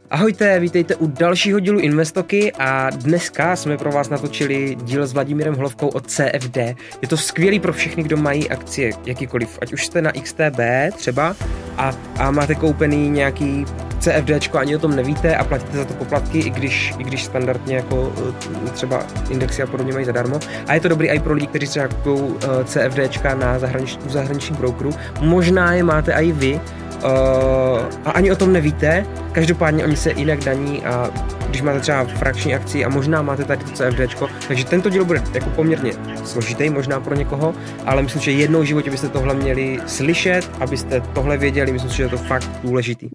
Ahojte, vítejte u dalšího dílu Investoky a dneska jsme pro vás natočili díl s Vladimírem Holovkou od CFD. Je to skvělý pro všechny, kdo mají akcie jakýkoliv, ať už jste na XTB třeba a máte koupený nějaký CFDčko, ani o tom nevíte a platíte za to poplatky, i když standardně jako třeba indexy a podobně mají zadarmo. A je to dobrý i pro lidi, kteří třeba kupují CFDčka na zahraničních brokerů. Možná je máte i vy, a ani o tom nevíte, každopádně oni se jinak daní a když máte třeba frakční akci a možná máte tady to CFDčko, takže tento díl bude jako poměrně složitý možná pro někoho, ale myslím, že jednou v životě byste tohle měli slyšet, abyste tohle věděli, myslím, že je to fakt důležitý.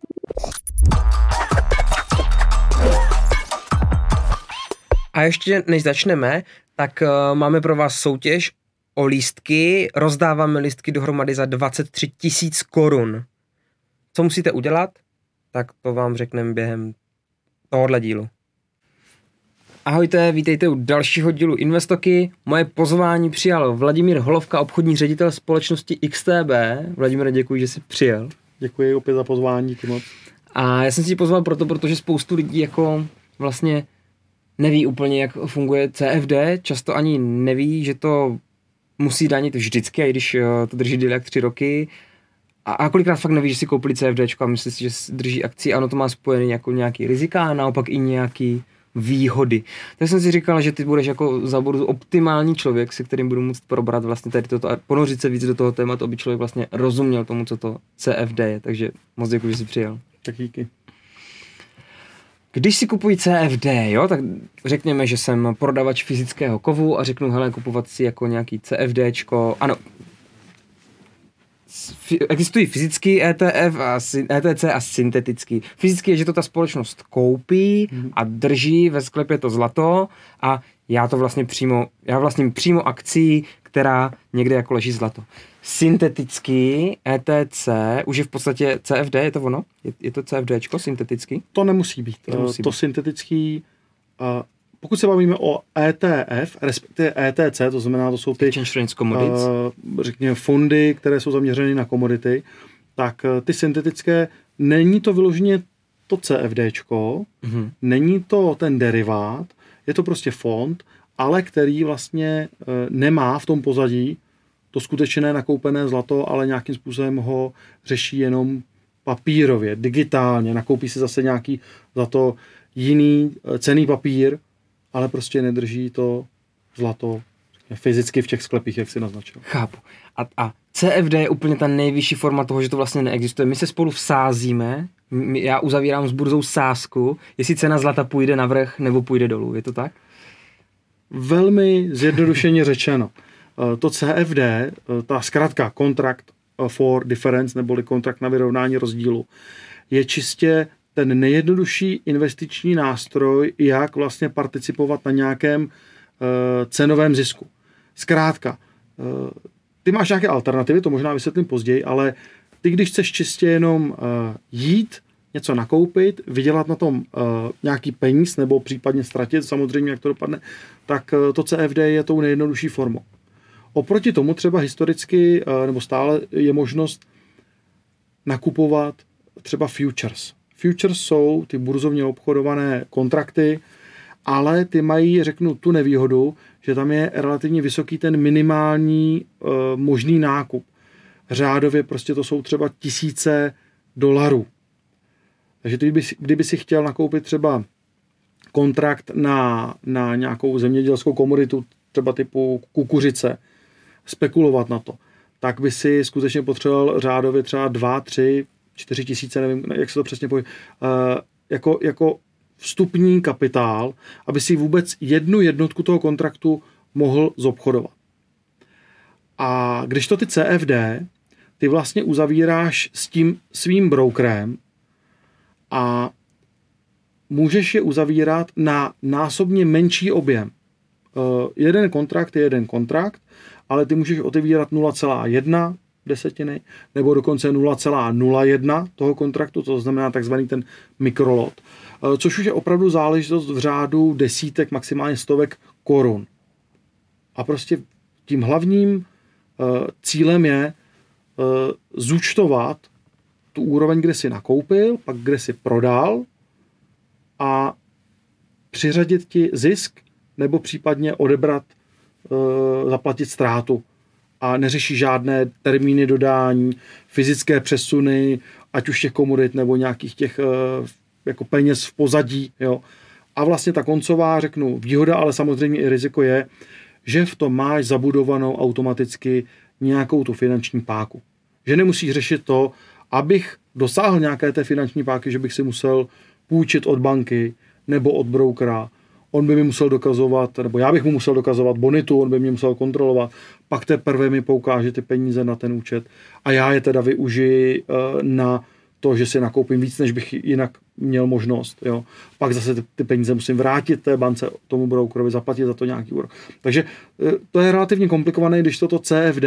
A ještě než začneme, tak máme pro vás soutěž o lístky, rozdáváme lístky dohromady za 23 000 korun. Co musíte udělat, tak to vám řekneme během tohohle dílu. Ahojte, vítejte u dalšího dílu Investoky. Moje pozvání přijal Vladimír Holovka, obchodní ředitel společnosti XTB. Vladimíre, děkuji, že jsi přijel. Děkuji opět za pozvání, díky moc. A já jsem si ji pozval protože spoustu lidí jako vlastně neví úplně, jak funguje CFD. Často ani neví, že to musí danit vždycky, i když to drží déle jak 3 roky. A kolikrát fakt neví, že si koupili CFDčko a myslí si, že drží akci, ano, to má spojený jako nějaký rizika a naopak i nějaký výhody. Tak jsem si říkal, že ty budeš jako za budoucí optimální člověk, se kterým budu moct probrat vlastně tady toto a ponořit se víc do toho tématu, aby člověk vlastně rozuměl tomu, co to CFD je. Takže moc děkuji, že jsi přijel. Tak díky. Když si kupuji CFD, jo, tak řekněme, že jsem prodavač fyzického kovu a řeknu, hele, kupovat si jako nějaký CFDčko, ano, existují fyzický ETF a ETC a syntetický. Fyzický je, že to ta společnost koupí a drží, ve sklepě to zlato a já vlastním přímo akcí, která někde jako leží zlato. Syntetický ETC, už je v podstatě CFD, je to ono? Je to CFDčko syntetický? To nemusí být. To syntetický, pokud se bavíme o ETF, respektive ETC, to znamená, to jsou ty řekněme fondy, které jsou zaměřeny na komodity, tak ty syntetické, není to vyloženě to CFDčko, není to ten derivát, je to prostě fond, ale který vlastně nemá v tom pozadí to skutečné nakoupené zlato, ale nějakým způsobem ho řeší jenom papírově, digitálně, nakoupí si zase nějaký zlato jiný cenný papír, ale prostě nedrží to zlato fyzicky v těch sklepích, jak si naznačil. Chápu. A CFD je úplně ta nejvyšší forma toho, že to vlastně neexistuje. My se spolu vsázíme, já uzavírám s burzou sázku, jestli cena zlata půjde navrch nebo půjde dolů. Je to tak? Velmi zjednodušeně řečeno. To CFD, ta zkratka Contract for Difference, neboli kontrakt na vyrovnání rozdílu, je čistě ten nejjednodušší investiční nástroj, jak vlastně participovat na nějakém cenovém zisku. Zkrátka, ty máš nějaké alternativy, to možná vysvětlím později, ale ty, když chceš čistě jenom jít, něco nakoupit, vydělat na tom nějaký peníz nebo případně ztratit, samozřejmě jak to dopadne, tak to CFD je tou nejjednodušší formou. Oproti tomu třeba historicky nebo stále je možnost nakupovat třeba futures. Futures jsou ty burzovně obchodované kontrakty, ale ty mají, řeknu, tu nevýhodu, že tam je relativně vysoký ten minimální možný nákup. Řádově prostě to jsou třeba $1000. Takže kdyby si chtěl nakoupit třeba kontrakt na nějakou zemědělskou komoditu, třeba typu kukuřice, spekulovat na to, tak by si skutečně potřeboval řádově třeba 2, 3, 4 tisíce, nevím, jak se to přesně pojí, jako vstupní kapitál, aby si vůbec jednu jednotku toho kontraktu mohl zobchodovat. A když to ty CFD, ty vlastně uzavíráš s tím svým brokerem a můžeš je uzavírat na násobně menší objem. Jeden kontrakt je jeden kontrakt, ale ty můžeš otevírat 0,1 desetiny nebo dokonce 0,01 toho kontraktu, to znamená takzvaný ten mikrolot, což už je opravdu záležitost v řádu desítek, maximálně stovek korun. A prostě tím hlavním cílem je zúčtovat tu úroveň, kde si nakoupil, pak kde si prodal a přiřadit ti zisk nebo případně odebrat, zaplatit ztrátu. A neřeší žádné termíny dodání, fyzické přesuny, ať už těch komodit nebo nějakých těch jako peněz v pozadí. Jo. A vlastně ta koncová, řeknu, výhoda, ale samozřejmě i riziko je, že v tom máš zabudovanou automaticky nějakou tu finanční páku. Že nemusíš řešit to, abych dosáhl nějaké té finanční páky, že bych si musel půjčit od banky nebo od brokera. On by mi musel dokazovat, nebo já bych mu musel dokazovat bonitu, on by mě musel kontrolovat, pak teprve mi poukáže ty peníze na ten účet a já je teda využiji na to, že si nakoupím víc, než bych jinak měl možnost. Jo. Pak zase ty peníze musím vrátit té bance, tomu brokerovi, zaplatit za to nějaký úrok. Takže to je relativně komplikované, když toto CFD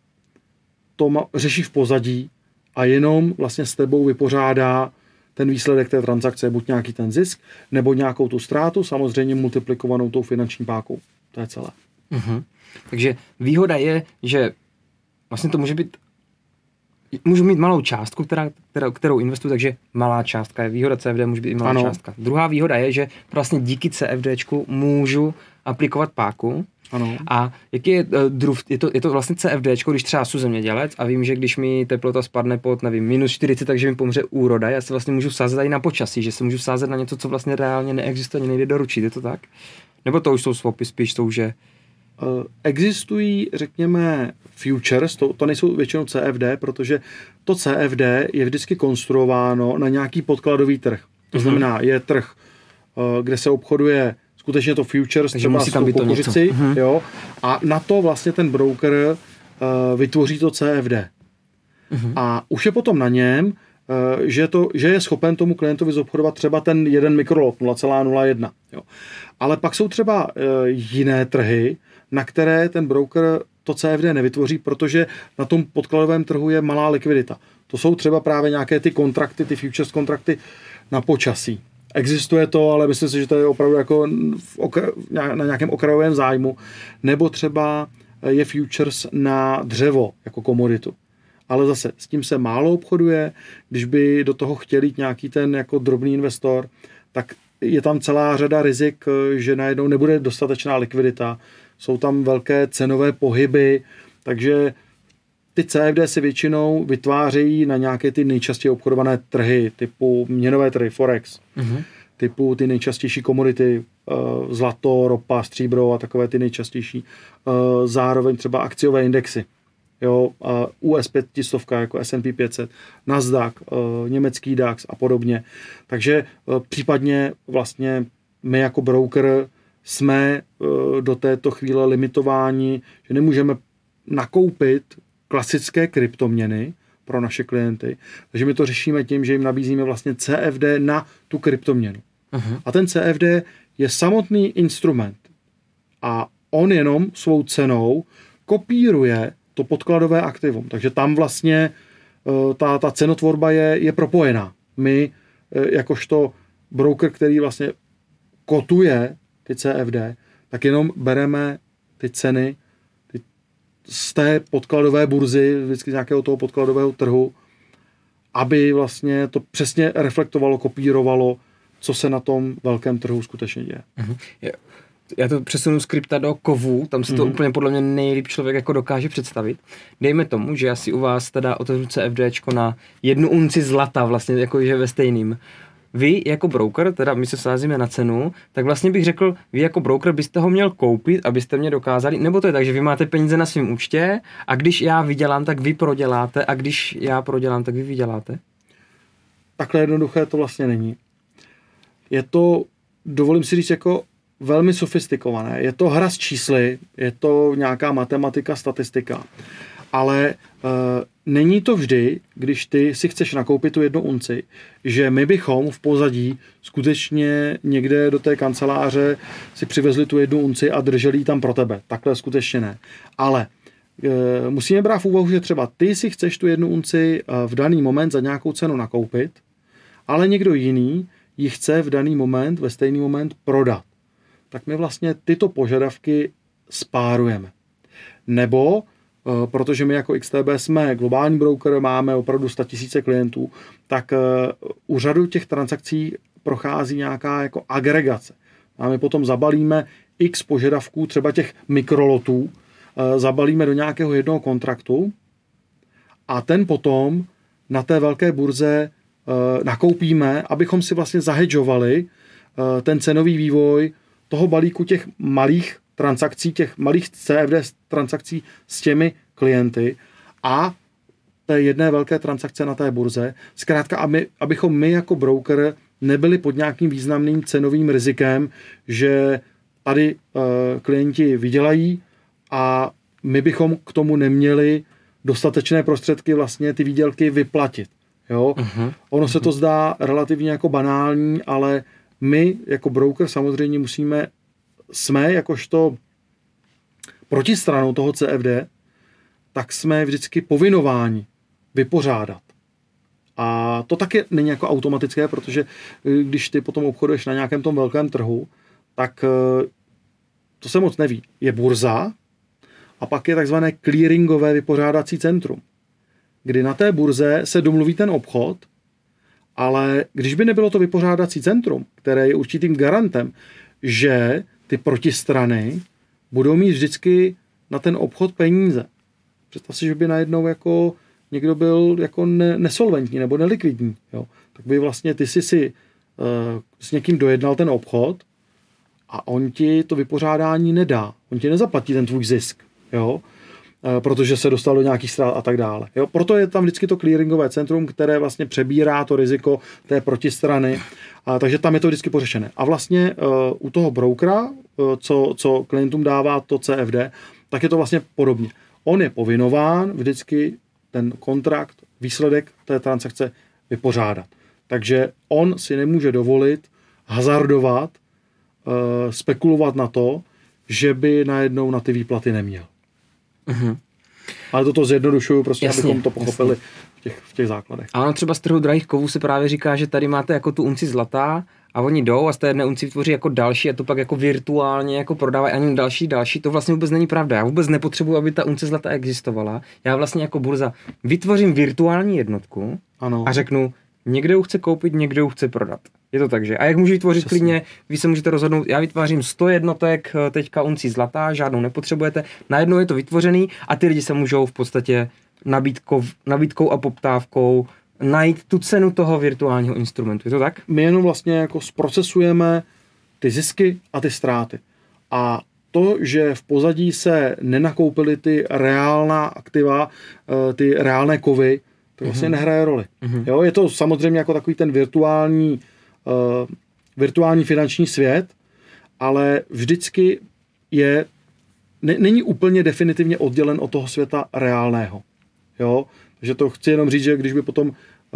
to řeší v pozadí a jenom vlastně s tebou vypořádá ten výsledek té transakce, buď nějaký ten zisk, nebo nějakou tu ztrátu, samozřejmě multiplikovanou tou finanční pákou. To je celé. Mhm. Takže výhoda je, že vlastně to může být, můžu mít malou částku, kterou investuji, takže malá částka je výhoda CFD, může být i malá částka. Druhá výhoda je, že vlastně díky CFDčku můžu aplikovat páku. Ano. A jaký je druh, je to vlastně CFDčko, když třeba jsem zemědělec a vím, že když mi teplota spadne pod, nevím, -40, takže mi pomře úroda, já se vlastně můžu sázet i na počasí, že se můžu sázet na něco, co vlastně reálně neexistuje, nejde doručit, je to tak? Nebo to už jsou swapy spíš jsou, že... Existují, řekněme, futures, to nejsou většinou CFD, protože to CFD je vždycky konstruováno na nějaký podkladový trh. To znamená, je trh, kde se obchoduje skutečně to futures, takže musí tam být to něco. Jo, a na to vlastně ten broker vytvoří to CFD. A už je potom na něm, že je schopen tomu klientovi zobchodovat třeba ten jeden mikrolot 0,01. Jo. Ale pak jsou třeba jiné trhy, na které ten broker to CFD nevytvoří, protože na tom podkladovém trhu je malá likvidita. To jsou třeba právě nějaké ty kontrakty, ty futures kontrakty na počasí. Existuje to, ale myslím si, že to je opravdu jako na nějakém okrajovém zájmu. Nebo třeba je futures na dřevo jako komoditu. Ale zase s tím se málo obchoduje. Když by do toho chtěl jít nějaký ten jako drobný investor, tak je tam celá řada rizik, že najednou nebude dostatečná likvidita. Jsou tam velké cenové pohyby, takže ty CFD se většinou vytvářejí na nějaké ty nejčastěji obchodované trhy, typu měnové trhy, forex, typu ty nejčastější komodity, zlato, ropa, stříbro a takové ty nejčastější. Zároveň třeba akciové indexy. Jo, US 500 jako S&P 500, Nasdaq, německý DAX a podobně. Takže případně vlastně my jako broker jsme do této chvíle limitováni, že nemůžeme nakoupit klasické kryptoměny pro naše klienty. Takže my to řešíme tím, že jim nabízíme vlastně CFD na tu kryptoměnu. A ten CFD je samotný instrument a on jenom svou cenou kopíruje to podkladové aktivum. Takže tam vlastně ta cenotvorba je propojená. My, jakožto broker, který vlastně kotuje ty CFD, tak jenom bereme ty ceny z té podkladové burzy, vždycky z nějakého toho podkladového trhu, aby vlastně to přesně reflektovalo, kopírovalo, co se na tom velkém trhu skutečně děje. Já to přesunu z krypta do kovů, tam se to úplně podle mě nejlíp člověk jako dokáže představit. Dejme tomu, že já si u vás teda otevřu CFDčko na 1 unci zlata, vlastně jakože ve stejným. Vy jako broker, teda my se sázíme na cenu, tak vlastně bych řekl, vy jako broker byste ho měl koupit, abyste mě dokázali, nebo to je tak, že vy máte peníze na svém účtě a když já vydělám, tak vy proděláte a když já prodělám, tak vy vyděláte? Takhle jednoduché to vlastně není. Je to, dovolím si říct, jako velmi sofistikované. Je to hra s čísly, je to nějaká matematika, statistika, ale není to vždy, když ty si chceš nakoupit tu 1 unci, že my bychom v pozadí skutečně někde do té kanceláře si přivezli tu 1 unci a drželi ji tam pro tebe. Takhle skutečně ne. Ale musíme brát v úvahu, že třeba ty si chceš tu 1 unci v daný moment za nějakou cenu nakoupit, ale někdo jiný ji chce v daný moment, ve stejný moment prodat. Tak my vlastně tyto požadavky spárujeme. Nebo protože my jako XTB jsme globální broker, máme opravdu 100 000 klientů, tak u řadu těch transakcí prochází nějaká jako agregace. A my potom zabalíme x požadavků, třeba těch mikrolotů, zabalíme do nějakého jednoho kontraktu a ten potom na té velké burze nakoupíme, abychom si vlastně zahedžovali ten cenový vývoj toho balíku těch malých transakcí, těch malých CFD transakcí s těmi klienty a té jedné velké transakce na té burze. Zkrátka, abychom my jako broker nebyli pod nějakým významným cenovým rizikem, že tady klienti vydělají a my bychom k tomu neměli dostatečné prostředky vlastně ty výdělky vyplatit. Jo? Ono se to zdá relativně jako banální, ale my jako broker samozřejmě jsme jakožto protistranou toho CFD, tak jsme vždycky povinováni vypořádat. A to taky není jako automatické, protože když ty potom obchoduješ na nějakém tom velkém trhu, tak to se moc neví. Je burza a pak je takzvané clearingové vypořádací centrum, kdy na té burze se domluví ten obchod, ale když by nebylo to vypořádací centrum, které je určitým garantem, že ty protistrany budou mít vždycky na ten obchod peníze. Představ si, že by najednou jako někdo byl jako nesolventní nebo nelikvidní. Jo. Tak by vlastně ty si s někým dojednal ten obchod a on ti to vypořádání nedá. On ti nezaplatí ten tvůj zisk. Jo. Protože se dostal do nějakých ztrát a tak dále. Jo? Proto je tam vždycky to clearingové centrum, které vlastně přebírá to riziko té protistrany, takže tam je to vždycky pořešené. A vlastně u toho brokera, co klientům dává to CFD, tak je to vlastně podobně. On je povinován vždycky ten kontrakt, výsledek té transakce vypořádat. Takže on si nemůže dovolit hazardovat, spekulovat na to, že by najednou na ty výplaty neměl. Ale toto zjednodušuju, prostě, jasně, abychom to pochopili v těch základech. A ono třeba z trhu drahých kovů se právě říká, že tady máte jako tu unci zlata a oni jdou a z té jedné unci vytvoří jako další a to pak jako virtuálně jako prodávají ani další. To vlastně vůbec není pravda. Já vůbec nepotřebuji, aby ta unce zlata existovala. Já vlastně jako burza vytvořím virtuální jednotku, ano, a řeknu, někdo ji chce koupit, někdo ji chce prodat. Je to tak, že? A jak můžu vytvořit klidně, vy se můžete rozhodnout, já vytvářím 100 jednotek teďka uncí zlata, žádnou nepotřebujete, najednou je to vytvořený a ty lidi se můžou v podstatě nabídkou a poptávkou najít tu cenu toho virtuálního instrumentu. Je to tak? My jenom vlastně jako zprocesujeme ty zisky a ty ztráty. A to, že v pozadí se nenakoupily ty reálná aktiva, ty reálné kovy, to vlastně nehraje roli. Jo, je to samozřejmě jako takový ten virtuální finanční svět, ale vždycky není úplně definitivně oddělen od toho světa reálného. Jo? Takže to chci jenom říct, že když by potom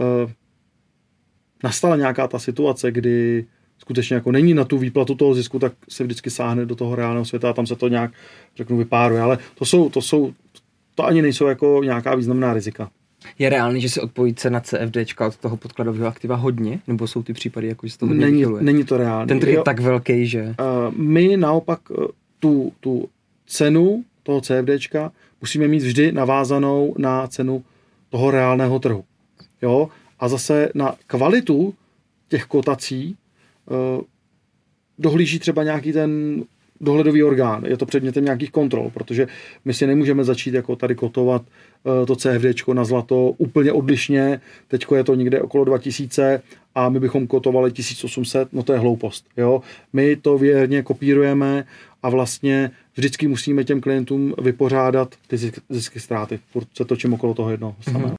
nastala nějaká ta situace, kdy skutečně jako není na tu výplatu toho zisku, tak se vždycky sáhne do toho reálného světa a tam se to nějak, vypáruje. Ale to ani nejsou jako nějaká významná rizika. Je reálný, že se odpojí cena CFDčka od toho podkladového aktiva hodně? Nebo jsou ty případy, jako, že se to hodně vychyluje? Není to reálný. Ten trh je tak velký, že... My naopak tu cenu toho CFDčka musíme mít vždy navázanou na cenu toho reálného trhu. Jo? A zase na kvalitu těch kotací dohlíží třeba nějaký ten dohledový orgán. Je to předmětem nějakých kontrol, protože my si nemůžeme začít jako tady kotovat to CFDčko na zlato úplně odlišně. Teďko je to někde okolo 2000 a my bychom kotovali 1800, no to je hloupost. Jo? My to věrně kopírujeme a vlastně vždycky musíme těm klientům vypořádat ty zisky ztráty. Furt se točím okolo toho jednoho samého.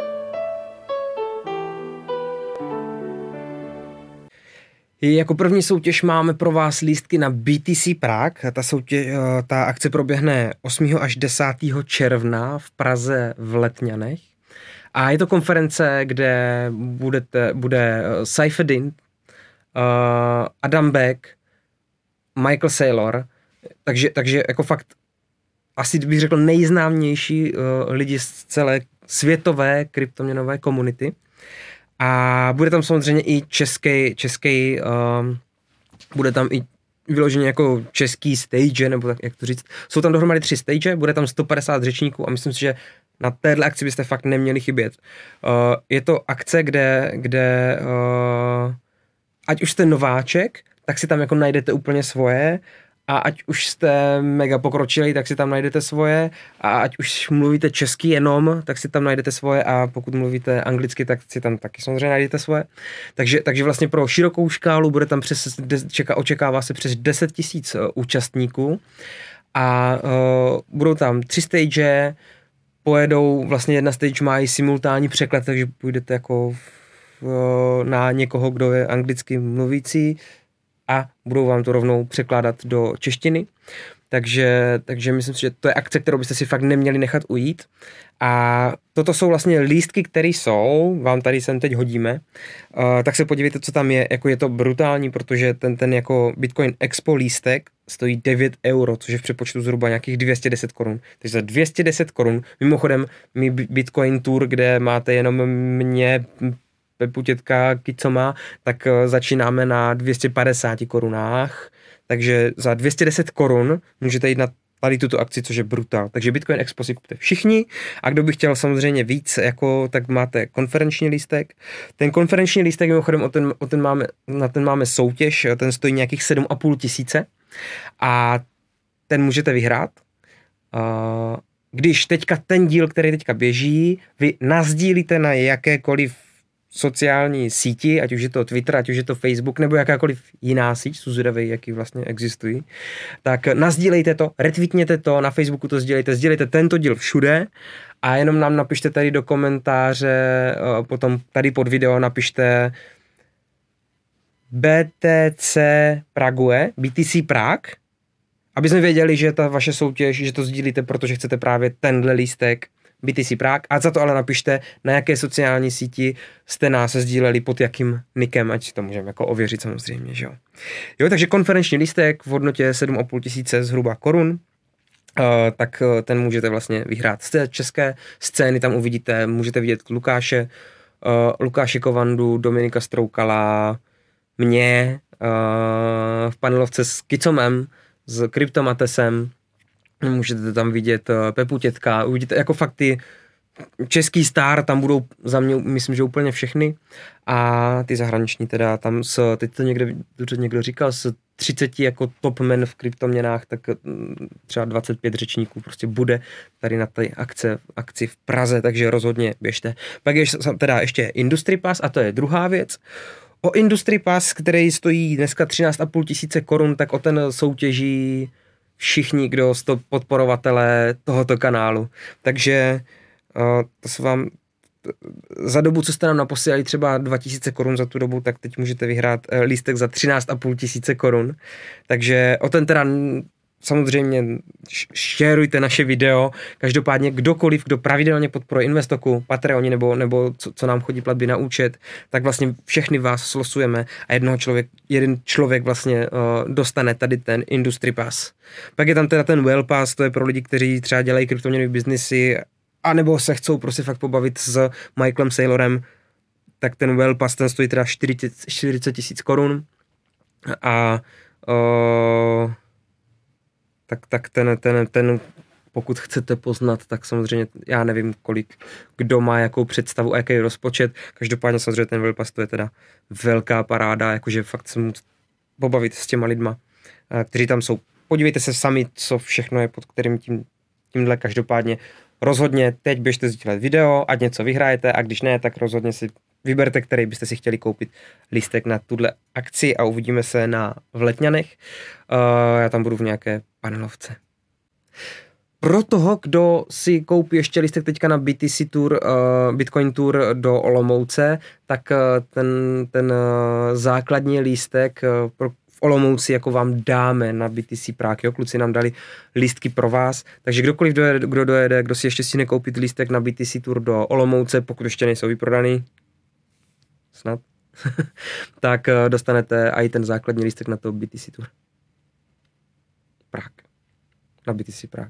Jako první soutěž máme pro vás lístky na BTC Prague. Ta akce proběhne 8. až 10. června v Praze v Letňanech. A je to konference, kde bude Saifeddin, Adam Beck, Michael Saylor, takže jako fakt asi bych řekl nejznámější lidi z celé světové kryptoměnové komunity. A bude tam samozřejmě i český bude tam i vyloženě jako český stage, nebo tak, jak to říct. Jsou tam dohromady 3 stage, bude tam 150 řečníků a myslím si, že na téhle akci byste fakt neměli chybět. Je to akce, kde ať už jste nováček, tak si tam jako najdete úplně svoje, a ať už jste mega pokročilý, tak si tam najdete svoje, a ať už mluvíte česky jenom, tak si tam najdete svoje, a pokud mluvíte anglicky, tak si tam taky samozřejmě najdete svoje. Takže vlastně pro širokou škálu bude tam očekává se přes 10 000 účastníků a budou tam 3 stage, pojedou, vlastně jedna stage má i simultánní překlad, takže půjdete jako na někoho, kdo je anglicky mluvící, a budou vám to rovnou překládat do češtiny. Takže myslím si, že to je akce, kterou byste si fakt neměli nechat ujít. A toto jsou vlastně lístky, které jsou, vám tady sem teď hodíme, tak se podívejte, co tam je. Jako je to brutální, protože ten jako Bitcoin Expo lístek stojí 9 €, což je v přepočtu zhruba nějakých 210 korun. Takže za 210 korun, mimochodem my Bitcoin Tour, kde máte jenom mě, Pepu, tětka, co má, tak začínáme na 250 korunách, takže za 210 korun můžete jít na tady tuto akci, což je brutál. Takže Bitcoin Expo si kupte všichni, a kdo by chtěl samozřejmě víc, jako, tak máte konferenční lístek. Ten konferenční lístek, mimochodem, na ten máme soutěž, ten stojí nějakých 7 500 a ten můžete vyhrát. Když teďka ten díl, který teďka běží, vy nasdílíte na jakékoliv sociální síti, ať už je to Twitter, ať už je to Facebook, nebo jakákoliv jiná síť, jsou zvědaví, jaký vlastně existují, tak nasdílejte to, retweetněte to, na Facebooku to sdílejte tento díl všude a jenom nám napište tady do komentáře, potom tady pod video napište BTC Prague, BTC Prague, aby jsme věděli, že ta vaše soutěž, že to sdílíte, protože chcete právě tenhle lístek BTC Prague, a za to ale napište, na jaké sociální síti jste nás sdíleli, pod jakým nickem, ať si to můžeme jako ověřit samozřejmě, že jo. Jo, takže konferenční lístek v hodnotě 7 500 zhruba korun, tak ten můžete vlastně vyhrát. Z té české scény tam uvidíte, můžete vidět Lukáše Kovandu, Dominika Stroukala, mě, v panelovce s Kicomem, s Kryptomatesem, můžete tam vidět Pepu Tětka, uvidíte jako fakt ty český star, tam budou za mě, myslím, že úplně všechny, a ty zahraniční teda tam teď to někdo říkal, s 30 jako top men v kryptoměnách, tak třeba 25 řečníků prostě bude tady na té akci v Praze, takže rozhodně běžte. Pak je teda ještě Industry Pass, a to je druhá věc. O Industry Pass, který stojí dneska 13 500 korun, tak o ten soutěží všichni, kdo jsou podporovatelé tohoto kanálu. Takže to se vám za dobu, co jste nám naposílali třeba 2000 korun za tu dobu, tak teď můžete vyhrát lístek za 13 500 korun. Takže o ten teda samozřejmě šerujte naše video. Každopádně kdokoliv, kdo pravidelně podporuje Investoku, Patreoni nebo co nám chodí platby na účet, tak vlastně všechny vás slosujeme a jeden člověk vlastně dostane tady ten Industry Pass. Pak je tam teda ten Well Pass, to je pro lidi, kteří třeba dělají kryptoměnové biznisy a nebo se chcou prostě fakt pobavit s Michaelem Saylorem, tak ten Well Pass, ten stojí teda 40 000 korun a tak ten pokud chcete poznat, tak samozřejmě já nevím, kolik kdo má jakou představu a jaký rozpočet. Každopádně samozřejmě ten Well Pass, to je teda velká paráda, jakože fakt se můžu pobavit s těma lidma, kteří tam jsou. Podívejte se sami, co všechno je pod kterým tímhle. Každopádně rozhodně teď běžte sdílet video, ať něco vyhrajete, a když ne, tak rozhodně si vyberte, který byste si chtěli koupit lístek na tuhle akci, a uvidíme se v Letňanech. Já tam budu v nějaké panelovce. Pro toho, kdo si koupí ještě lístek teďka na BTC Tour, Bitcoin Tour do Olomouce, tak ten základní lístek v Olomouci jako vám dáme na BTC Prague. Jo? Kluci nám dali lístky pro vás, takže kdokoliv kdo dojede, kdo si ještě stihne koupit lístek na BTC Tour do Olomouce, pokud ještě nejsou vyprodaný, snad, tak dostanete i ten základní lístek na to BTC Tour. Prague. Na BTC Prague.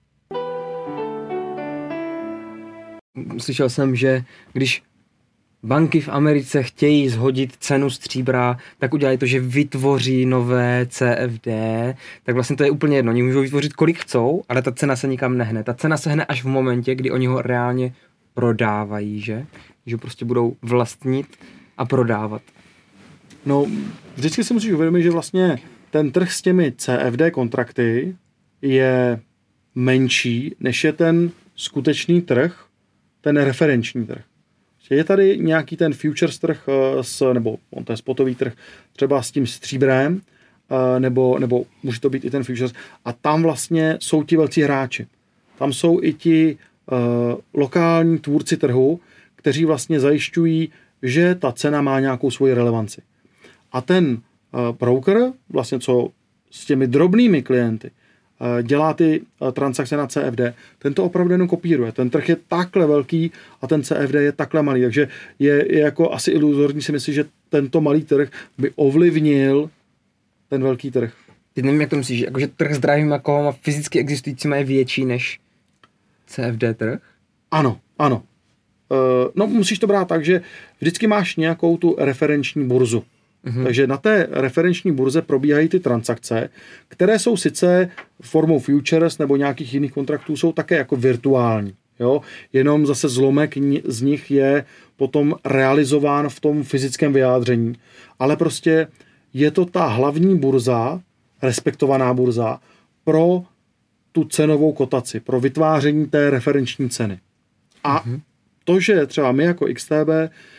Slyšel jsem, že když banky v Americe chtějí zhodit cenu stříbra, tak udělají to, že vytvoří nové CFD, tak vlastně to je úplně jedno. Oni můžou vytvořit kolik chcou, ale ta cena se nikam nehne. Ta cena se hne až v momentě, kdy oni ho reálně prodávají, že prostě budou vlastnit a prodávat. No, vždycky si musíš uvědomit, že vlastně ten trh s těmi CFD kontrakty je menší, než je ten skutečný trh, ten referenční trh. Je tady nějaký ten futures trh, nebo on to je spotový trh, třeba s tím stříbrem, nebo může to být i ten futures, a tam vlastně jsou ti velcí hráči. Tam jsou i ti lokální tvůrci trhu, kteří vlastně zajišťují, že ta cena má nějakou svoji relevanci. A ten broker, vlastně co s těmi drobnými klienty dělá ty transakce na CFD, ten to opravdu jenom kopíruje. Ten trh je takhle velký a ten CFD je takhle malý, takže je jako asi iluzorní si myslet, že tento malý trh by ovlivnil ten velký trh. Ty nevím, jak to myslíš, jakože trh s drahými kovama fyzicky existujícíma je větší než CFD trh? Ano. No musíš to brát tak, že vždycky máš nějakou tu referenční burzu. Takže na té referenční burze probíhají ty transakce, které jsou sice formou futures nebo nějakých jiných kontraktů, jsou také jako virtuální. Jo? Jenom zase zlomek z nich je potom realizován v tom fyzickém vyjádření. Ale prostě je to ta hlavní burza, respektovaná burza, pro tu cenovou kotaci, pro vytváření té referenční ceny. A to, že třeba my jako XTB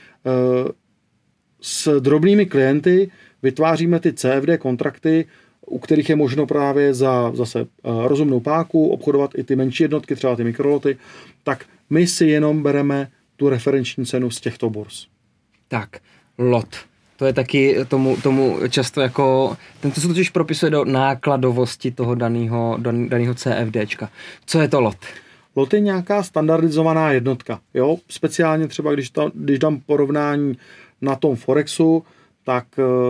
s drobnými klienty vytváříme ty CFD kontrakty, u kterých je možno právě za zase rozumnou páku obchodovat i ty menší jednotky, třeba ty mikroloty, tak my si jenom bereme tu referenční cenu z těchto burz. Tak, lot. To je taky tomu často jako, tento se totiž propisuje do nákladovosti toho daného CFDčka. Co je to lot? Lot je nějaká standardizovaná jednotka. Jo? Speciálně třeba, když dám porovnání na tom Forexu, tak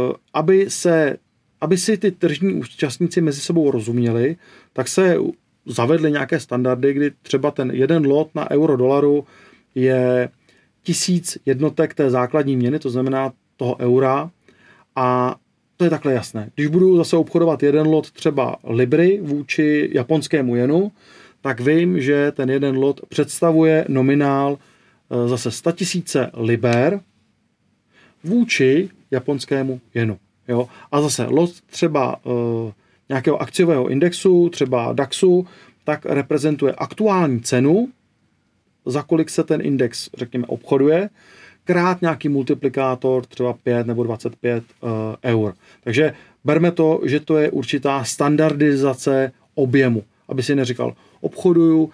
aby si ty tržní účastníci mezi sebou rozuměli, tak se zavedly nějaké standardy, kdy třeba ten jeden lot na euro-dolaru je 1000 jednotek té základní měny, to znamená toho eura, a to je takhle jasné. Když budu zase obchodovat jeden lot třeba libry vůči japonskému jenu, tak vím, že ten jeden lot představuje nominál zase 100 000 liber vůči japonskému jenu. Jo? A zase lot třeba nějakého akciového indexu, třeba DAXu, tak reprezentuje aktuální cenu, za kolik se ten index, řekněme, obchoduje, krát nějaký multiplikátor, třeba 5 nebo 25 eur. Takže berme to, že to je určitá standardizace objemu. Aby si neříkal, obchoduju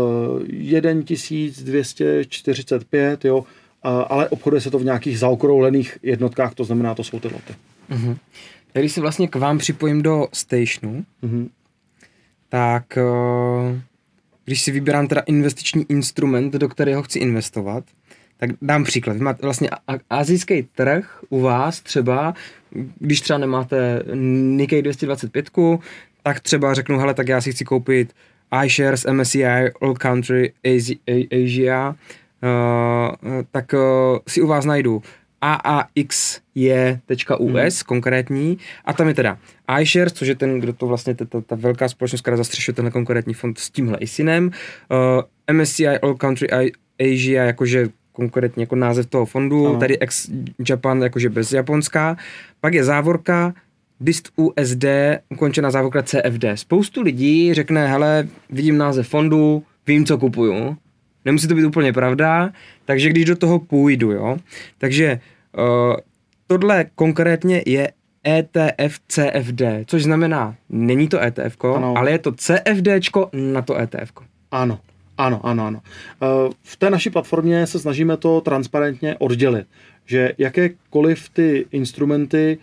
1245, jo, ale obchoduje se to v nějakých zaokrouhlených jednotkách, to znamená, to jsou ty loty. Mm-hmm. Když se vlastně k vám připojím do stationu, tak když si vybírám teda investiční instrument, do kterého chci investovat, tak dám příklad. Vy máte vlastně asijský trh u vás třeba, když třeba nemáte Nikkei 225, tak třeba řeknu, hele, tak já si chci koupit iShares, MSCI, All Country Asia, tak si u vás najdu AAXJ.US konkrétní, a tam je teda iShares, což je ten, kdo to vlastně, ta velká společnost, která zastřešuje tenhle konkrétní fond s tímhle ISINem, MSCI All Country Asia, jakože konkrétně jako název toho fondu, tady ex-Japan, jakože bez Japonska, pak je závorka BIST USD, ukončená závorka CFD. Spoustu lidí řekne, hele, vidím název fondu, vím, co kupuju. Nemusí to být úplně pravda, takže když do toho půjdu, jo. Takže tohle konkrétně je ETF CFD, což znamená, není to ETFko, ale je to CFDčko na to ETFko. Ano. V té naší platformě se snažíme to transparentně oddělit, že jakékoliv ty instrumenty,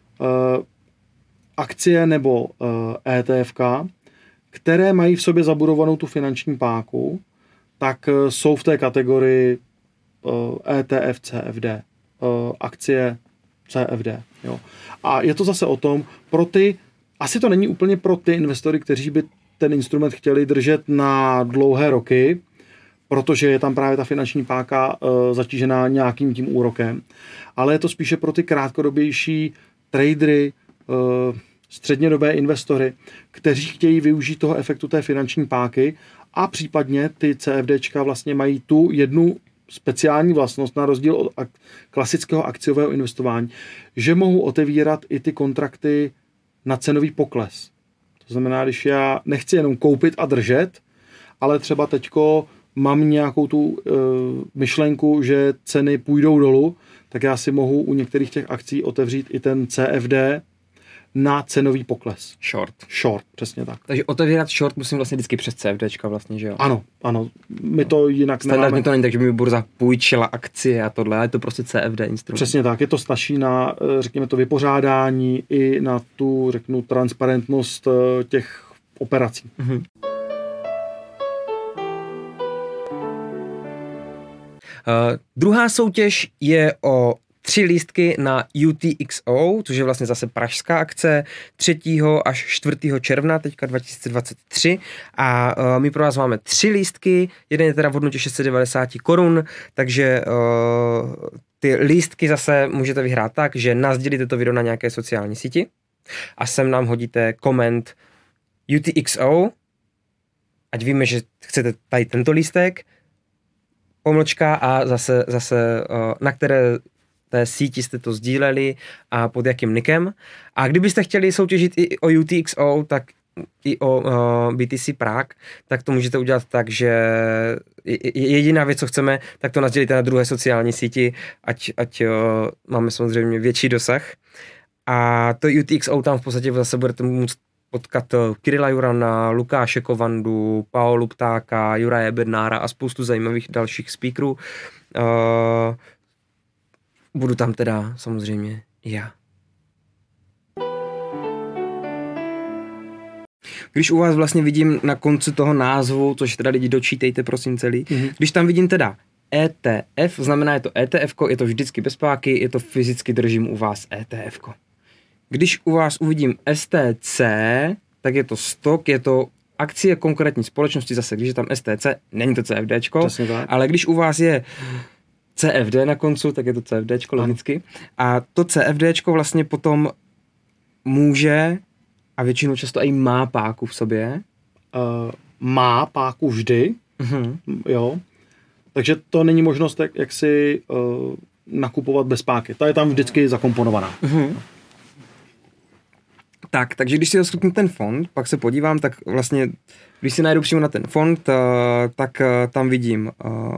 akcie nebo ETFka, které mají v sobě zabudovanou tu finanční páku, tak jsou v té kategorii ETF CFD, akcie CFD. Jo. A je to zase o tom, asi to není úplně pro ty investory, kteří by ten instrument chtěli držet na dlouhé roky, protože je tam právě ta finanční páka zatížená nějakým tím úrokem, ale je to spíše pro ty krátkodobější tradery, střednědobé investory, kteří chtějí využít toho efektu té finanční páky, a případně ty CFDčka vlastně mají tu jednu speciální vlastnost na rozdíl od klasického akciového investování, že mohu otevírat i ty kontrakty na cenový pokles. To znamená, když já nechci jenom koupit a držet, ale třeba teďko mám nějakou tu myšlenku, že ceny půjdou dolů, tak já si mohu u některých těch akcí otevřít i ten CFD na cenový pokles. Short, přesně tak. Takže otevírat short musím vlastně vždycky přes CFDčka vlastně, že jo? Ano. My to jinak standardně to není tak, že by mi burza půjčila akcie a tohle, ale je to prostě CFD instrument. Přesně tak, je to stačí na, řekněme, to vypořádání i na tu, řeknu, transparentnost těch operací. Mhm. Druhá soutěž je o 3 lístky na UTXO, což je vlastně zase pražská akce 3. až 4. června teďka 2023 a my pro vás máme 3 lístky, jeden je teda v hodnotě 690 korun, takže ty lístky zase můžete vyhrát tak, že nasdílíte to video na nějaké sociální síti a sem nám hodíte koment UTXO, ať víme, že chcete tady tento lístek, pomlčka a zase na které té síti jste to sdíleli a pod jakým nickem. A kdybyste chtěli soutěžit i o UTXO, tak i o BTC Prague, tak to můžete udělat tak, že jediná věc, co chceme, tak to nasdělíte na druhé sociální síti, ať máme samozřejmě větší dosah. A to UTXO tam v podstatě zase budete moct potkat Kirila Jurana, Lukáše Kovandu, Paolu Ptáka, Juraje Bednára a spoustu zajímavých dalších speakerů. Budu tam teda samozřejmě já. Když u vás vlastně vidím na konci toho názvu, což teda lidi dočítejte prosím celý, když tam vidím teda ETF, znamená je to ETF, je to vždycky bez páky, je to fyzicky držím u vás ETF. Když u vás uvidím STC, tak je to stok, je to akcie konkrétní společnosti, zase když je tam STC, není to CFDčko, ale když u vás je CFD na koncu, tak je to CFDčko logicky. A to CFDčko vlastně potom může a většinou často i má páku v sobě. Má páku vždy, jo. Takže to není možnost jak si nakupovat bez páky. Ta je tam vždycky zakomponovaná. Tak, takže když si rozkliknu ten fond, pak se podívám, tak vlastně, když si najdu přímo na ten fond, tak tam vidím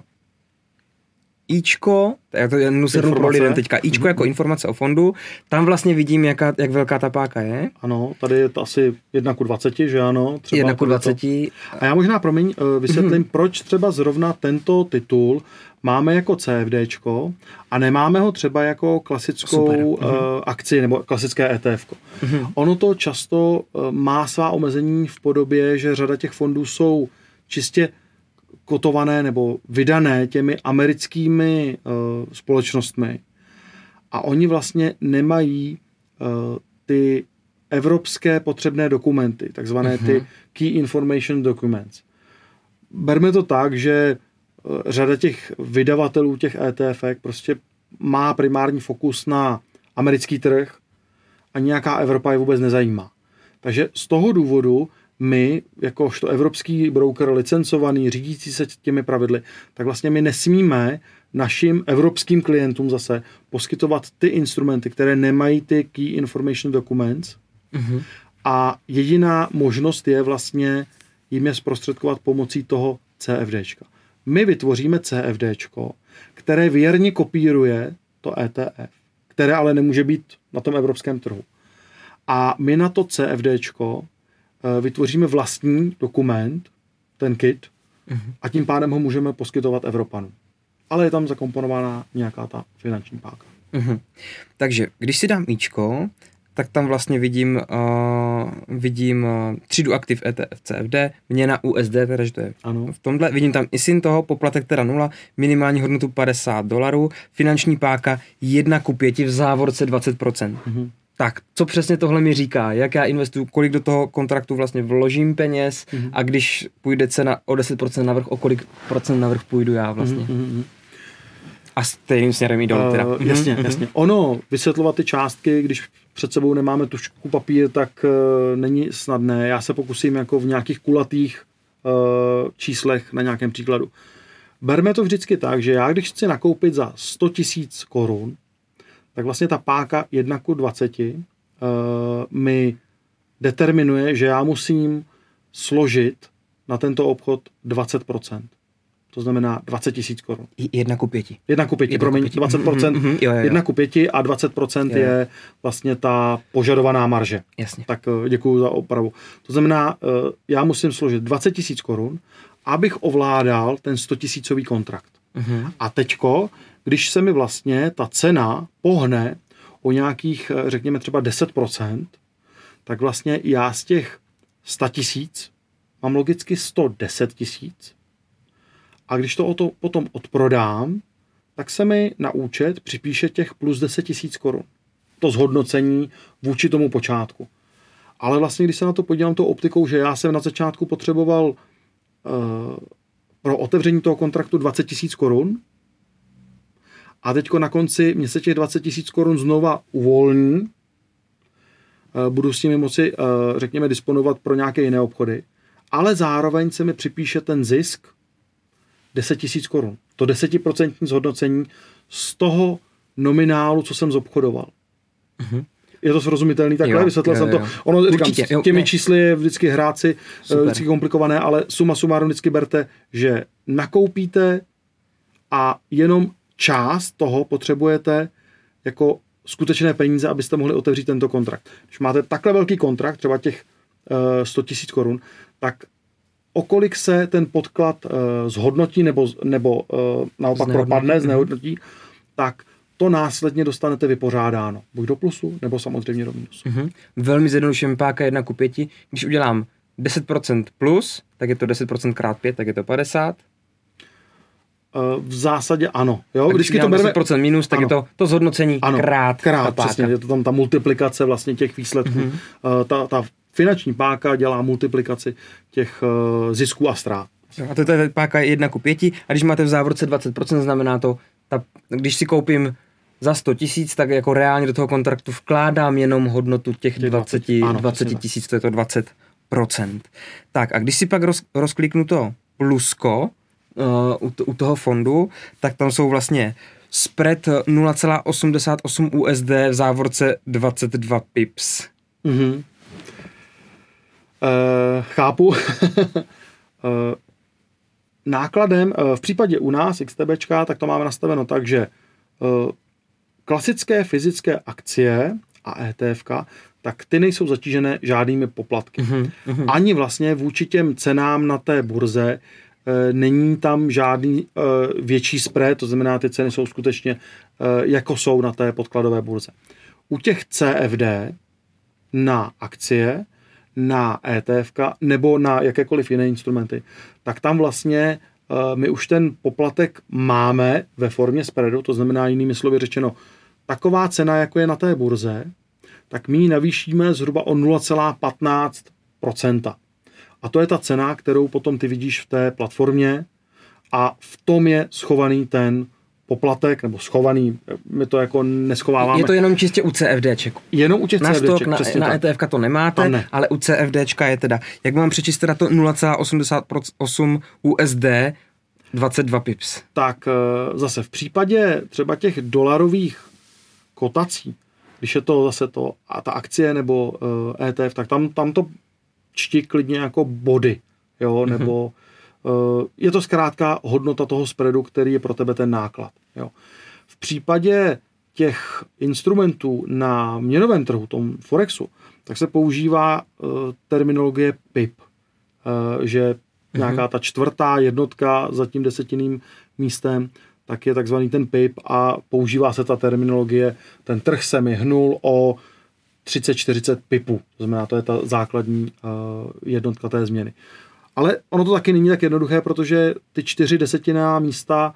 Ičko, já to jen se pro lidem teďka, Ičko jako informace o fondu, tam vlastně vidím, jak velká ta páka je. Ano, tady je to asi 1:20, že ano? 1:20. A já možná, vysvětlím, proč třeba zrovna tento titul máme jako CFDčko a nemáme ho třeba jako klasickou akci nebo klasické ETF. Ono to často má svá omezení v podobě, že řada těch fondů jsou čistě kotované nebo vydané těmi americkými společnostmi a oni vlastně nemají ty evropské potřebné dokumenty, takzvané ty Key Information Documents. Berme to tak, že řada těch vydavatelů těch ETF prostě má primární fokus na americký trh a nějaká Evropa je vůbec nezajímá. Takže z toho důvodu my, jakožto evropský broker licencovaný, řídící se těmi pravidly, tak vlastně my nesmíme našim evropským klientům zase poskytovat ty instrumenty, které nemají ty Key Information Documents a jediná možnost je vlastně jim je zprostředkovat pomocí toho CFDčka. My vytvoříme CFDčko, které věrně kopíruje to ETF, které ale nemůže být na tom evropském trhu. A my na to CFDčko vytvoříme vlastní dokument, ten kit, a tím pádem ho můžeme poskytovat Evropanům. Ale je tam zakomponovaná nějaká ta finanční páka. Takže, když si dám Ičko, tak tam vlastně vidím třídu aktiv ETF CFD, měna USD, teda, že to je v tomhle. Vidím tam ISIN toho, poplatek teda 0, minimální hodnotu $50, finanční páka 1:5 v závorce 20%. Tak, co přesně tohle mi říká, jak já investuju, kolik do toho kontraktu vlastně vložím peněz a když půjde cena o 10% navrch, o kolik procent navrch půjdu já vlastně. A stejným směrem jít dolů teda. Jasně. Ono, vysvětlovat ty částky, když před sebou nemáme tužku papír, tak není snadné. Já se pokusím jako v nějakých kulatých číslech na nějakém příkladu. Berme to vždycky tak, že já když chci nakoupit za 100 000 korun, tak vlastně ta páka 1:20 mi determinuje, že já musím složit na tento obchod 20%. To znamená 20 000 korun. 1:5. 1:5, promiň, 20%, 1:5 a 20% je vlastně ta požadovaná marže. Jasně. Tak děkuju za opravu. To znamená, já musím složit 20 000 korun, abych ovládal ten 100 000 kontrakt. A teďko, když se mi vlastně ta cena pohne o nějakých, řekněme třeba 10%, tak vlastně já z těch 100 000 mám logicky 110 000. A když to potom odprodám, tak se mi na účet připíše těch plus 10 000 korun. To zhodnocení vůči tomu počátku. Ale vlastně, když se na to podívám tou optikou, že já jsem na začátku potřeboval pro otevření toho kontraktu 20 000 korun a teďko na konci mě se těch 20 000 korun znova uvolní, budu s nimi moci, řekněme, disponovat pro nějaké jiné obchody, ale zároveň se mi připíše ten zisk 10 000 korun. To 10% zhodnocení z toho nominálu, co jsem zobchodoval. Je to srozumitelný takhle? Vysvětlil jsem to. Ono, říkám, s těmi čísly je vždycky hrát si vždycky komplikované, ale suma sumárum vždycky berte, že nakoupíte a jenom část toho potřebujete jako skutečné peníze, abyste mohli otevřít tento kontrakt. Když máte takhle velký kontrakt, třeba těch 100 000 korun, tak o kolik se ten podklad zhodnotí nebo naopak propadne, znehodnotí, tak to následně dostanete vypořádáno. Buď do plusu, nebo samozřejmě do mínusu. Velmi zjednodušujeme páka 1:5. Když udělám 10% plus, tak je to 10% krát 5, tak je to 50. V zásadě ano. Jo? Když to bereme 10% minus, tak ano. Je to zhodnocení krát přesně. Je to tam ta multiplikace vlastně těch výsledků. Ta finanční páka dělá multiplikaci těch zisků a ztrát. A to je páka 1:5 a když máte v závorce 20%, znamená to, když si koupím za 100 000, tak jako reálně do toho kontraktu vkládám jenom hodnotu těch 20 000, to je to 20%. Tak a když si pak rozkliknu to plusko u toho fondu, tak tam jsou vlastně spread 0,88 USD v závorce 22 pips. Chápu. Nákladem, v případě u nás XTBčka, tak to máme nastaveno tak, že klasické fyzické akcie a ETFka, tak ty nejsou zatížené žádnými poplatky. Ani vlastně vůči těm cenám na té burze není tam žádný větší spread, to znamená, ty ceny jsou skutečně jako jsou na té podkladové burze. U těch CFD na akcie, na ETFka nebo na jakékoliv jiné instrumenty, tak tam vlastně my už ten poplatek máme ve formě spreadu, to znamená jinými slovy řečeno, taková cena, jako je na té burze, tak my ji navýšíme zhruba o 0,15%. A to je ta cena, kterou potom ty vidíš v té platformě a v tom je schovaný ten poplatek, nebo schovaný, my to jako neschováváme. Je to jenom čistě u CFDček. Jenom u těch CFDček, přesně na ETFka to nemáte, ne. Ale u CFDčka je teda, jak mám přečíst teda to 0,88 USD 22 pips. Tak zase v případě třeba těch dolarových kotací, když je to zase to a ta akcie nebo ETF, tak tam to čti klidně jako body, jo, nebo je to zkrátka hodnota toho spreadu, který je pro tebe ten náklad. Jo. V případě těch instrumentů na měnovém trhu, tom Forexu, tak se používá terminologie PIP, že nějaká ta čtvrtá jednotka za tím desetiným místem, tak je takzvaný ten PIP a používá se ta terminologie, ten trh se mi hnul o 30-40 pipů, to znamená, to je ta základní jednotka té změny. Ale ono to taky není tak jednoduché, protože ty 4 desetinná místa,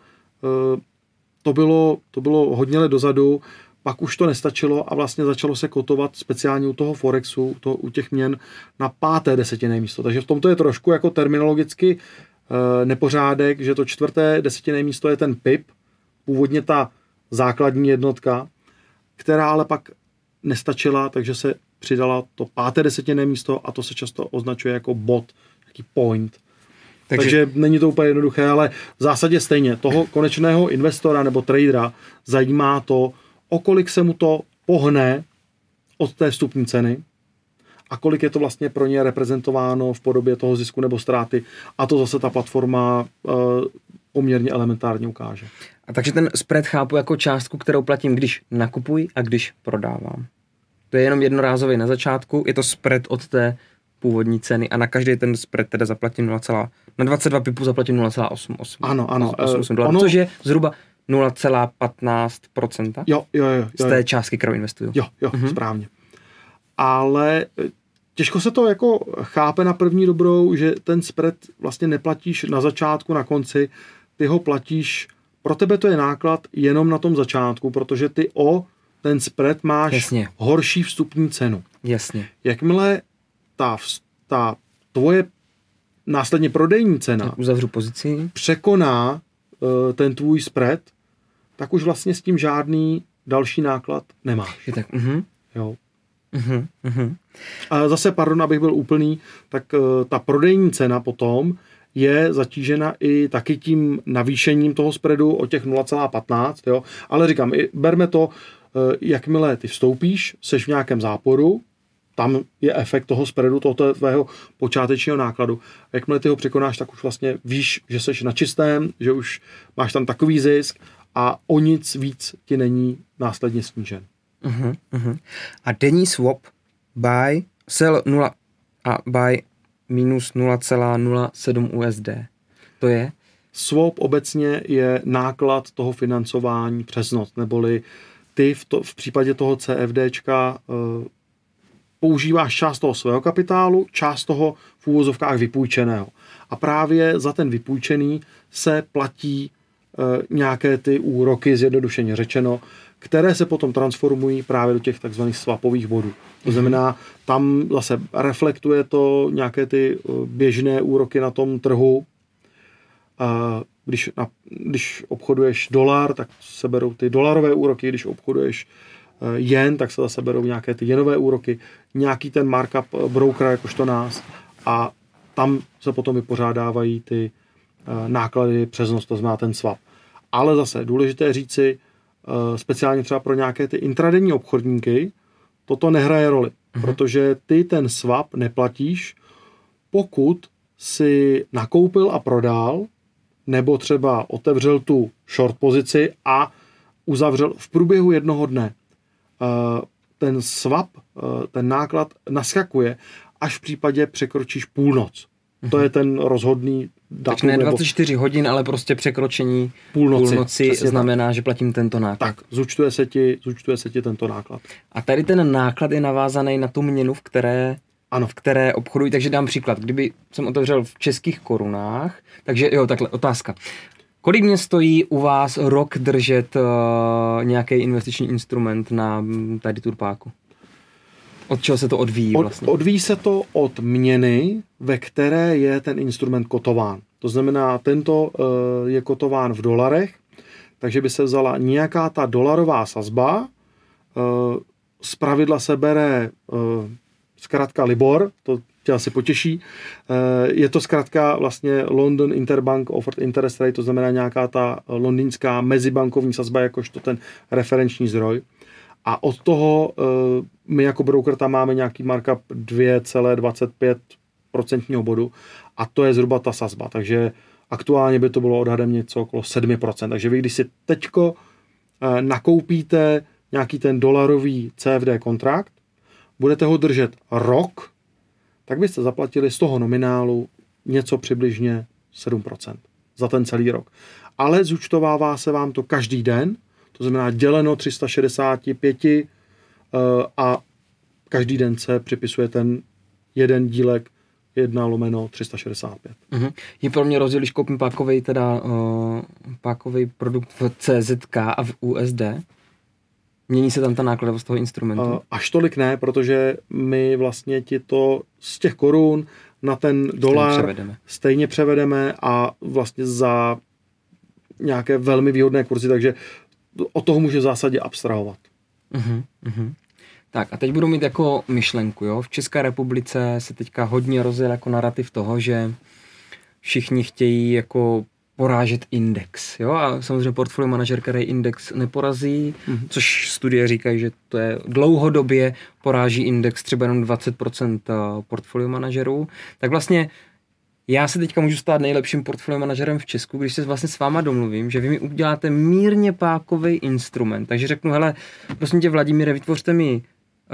to bylo hodně let dozadu, pak už to nestačilo a vlastně začalo se kotovat speciálně u toho Forexu, u těch měn na 5. desetinné místo. Takže v tomto je trošku jako terminologicky nepořádek, že to 4. desetinné místo je ten PIP, původně ta základní jednotka, která ale pak nestačila, takže se přidala to 5. desetinné místo a to se často označuje jako bod, jaký point. Takže není to úplně jednoduché, ale v zásadě stejně. Toho konečného investora nebo tradera zajímá to, o kolik se mu to pohne od té vstupní ceny a kolik je to vlastně pro ně reprezentováno v podobě toho zisku nebo ztráty. A to zase ta platforma poměrně elementárně ukáže. A takže ten spread chápu jako částku, kterou platím, když nakupuji a když prodávám. To je jenom jednorázový na začátku, je to spread od té původní ceny a na každý ten spread teda zaplatím na 22 pipů zaplatím 0,88. Ano. Což je zhruba 0,15%. Jo. Z té částky, kterou investuju. Jo, správně. Ale těžko se to jako chápe na první dobrou, že ten spread vlastně neplatíš na začátku, na konci, ty ho platíš, pro tebe to je náklad jenom na tom začátku, protože ty o ten spread máš horší vstupní cenu. Jasně. Jakmile ta tvoje následně prodejní cena tak uzavřu pozici, překoná ten tvůj spread, tak už vlastně s tím žádný další náklad nemáš. Je tak, Jo. A zase, pardon, abych byl úplný, tak ta prodejní cena potom je zatížena i taky tím navýšením toho spreadu o těch 0,15, jo. Ale říkám, berme to, jakmile ty vstoupíš, seš v nějakém záporu, tam je efekt toho spreadu, toho tvého počátečního nákladu. Jakmile ty ho překonáš, tak už vlastně víš, že seš na čistém, že už máš tam takový zisk a o nic víc ti není následně snížen. A denní swap buy, sell 0 a buy minus 0,07 USD. To je? Swap obecně je náklad toho financování přes noc, neboli ty v případě toho CFDčka používáš část toho svého kapitálu, část toho v úvozovkách vypůjčeného. A právě za ten vypůjčený se platí nějaké ty úroky, zjednodušeně řečeno, které se potom transformují právě do těch takzvaných swapových bodů. To znamená, tam zase reflektuje to nějaké ty běžné úroky na tom trhu. Když obchoduješ dolar, tak se berou ty dolarové úroky, když obchoduješ jen, tak se zase berou nějaké ty jenové úroky, nějaký ten markup brokera jakožto nás a tam se potom vypořádávají ty náklady přes noc, to znamená ten swap. Ale zase důležité říci, speciálně třeba pro nějaké ty intradenní obchodníky, toto nehraje roli, protože ty ten swap neplatíš, pokud si nakoupil a prodal, nebo třeba otevřel tu short pozici a uzavřel v průběhu jednoho dne. Ten swap, ten náklad naskakuje, až v případě překročíš půlnoc. To je ten rozhodný datum. Tak ne 24 hodin, ale prostě překročení půlnoci znamená, tak, že platím tento náklad. Tak, zúčtuje se ti tento náklad. A tady ten náklad je navázaný na tu měnu, v které obchodují. Takže dám příklad. Kdyby jsem otevřel v českých korunách, takže jo, takhle, otázka. Kolik mě stojí u vás rok držet nějaký investiční instrument na tady turpáku? Od čeho se to odvíjí vlastně? Odvíjí se to od měny, ve které je ten instrument kotován. To znamená, tento je kotován v dolarech, takže by se vzala nějaká ta dolarová sazba, zpravidla se bere zkrátka Libor, to tě asi potěší. Je to zkrátka vlastně London Interbank Offered Interest Rate, to znamená nějaká ta londýnská mezibankovní sazba, jakožto ten referenční zdroj. A od toho my jako broker tam máme nějaký markup 2,25% bodu a to je zhruba ta sazba. Takže aktuálně by to bylo odhadem něco okolo 7%. Takže vy, když si teďko nakoupíte nějaký ten dolarový CFD kontrakt, budete ho držet rok, tak byste zaplatili z toho nominálu něco přibližně 7% za ten celý rok. Ale zúčtovává se vám to každý den, to znamená děleno 365 a každý den se připisuje ten jeden dílek 1/365. Je pro mě rozdíl, když koupím pákový produkt v CZK a v USD? Mění se tam ta nákladovost toho instrumentu? Až tolik ne, protože my vlastně ti to z těch korun na ten dolar stejně převedeme a vlastně za nějaké velmi výhodné kurzy, takže od toho může v zásadě abstrahovat. Tak a teď budu mít jako myšlenku, jo. V České republice se teďka hodně rozjel jako narrativ toho, že všichni chtějí jako porážet index, jo, a samozřejmě portfolio manažer, který index neporazí, což studie říkají, že to je dlouhodobě poráží index třeba jenom 20% portfolio manažerů, tak vlastně já se teďka můžu stát nejlepším portfolio manažerem v Česku, když se vlastně s váma domluvím, že vy mi uděláte mírně pákový instrument, takže řeknu, hele, prosím tě Vladimíre, vytvořte mi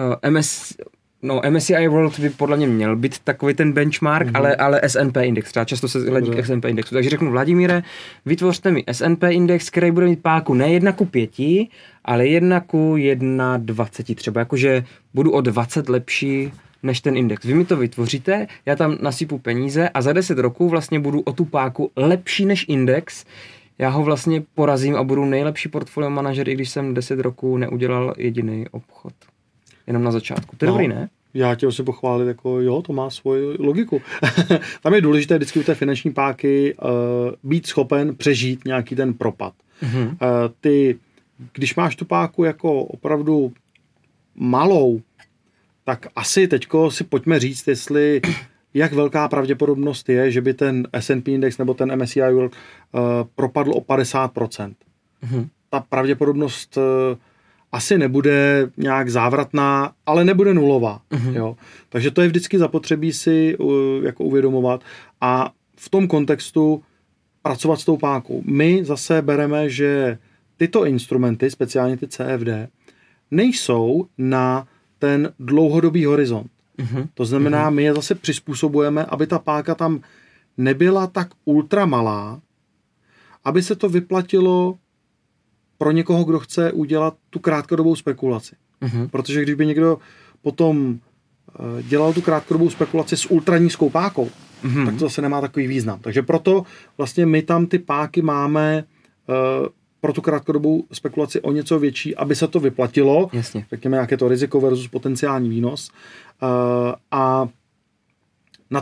MSCI World by podle mě měl být takový ten benchmark, ale S&P index, třeba často se hledí k S&P indexu. Takže řeknu, Vladimíre, vytvořte mi S&P index, který bude mít páku ne 1:5, ale 1:21 třeba, jakože budu o 20 lepší než ten index. Vy mi to vytvoříte, já tam nasypu peníze a za 10 roků vlastně budu o tu páku lepší než index, já ho vlastně porazím a budu nejlepší portfolio manažer, i když jsem 10 roků neudělal jediný obchod. Jenom na začátku. To je dobrý, ne? Já tě musím pochválit, jako jo, to má svoji logiku. Tam je důležité vždycky u té finanční páky být schopen přežít nějaký ten propad. Ty, když máš tu páku jako opravdu malou, tak asi teďko si pojďme říct, jestli jak velká pravděpodobnost je, že by ten S&P index nebo ten MSCI World propadl o 50%. Ta pravděpodobnost asi nebude nějak závratná, ale nebude nulová. Jo? Takže to je vždycky zapotřebí si jako uvědomovat a v tom kontextu pracovat s tou pákou. My zase bereme, že tyto instrumenty, speciálně ty CFD, nejsou na ten dlouhodobý horizont. To znamená, my je zase přizpůsobujeme, aby ta páka tam nebyla tak ultra malá, aby se to vyplatilo pro někoho, kdo chce udělat tu krátkodobou spekulaci. Protože když by někdo potom dělal tu krátkodobou spekulaci s ultra nízkou pákou, tak to zase nemá takový význam. Takže proto vlastně my tam ty páky máme pro tu krátkodobou spekulaci o něco větší, aby se to vyplatilo. Jasně. Řekněme, jaké to riziko versus potenciální výnos. A na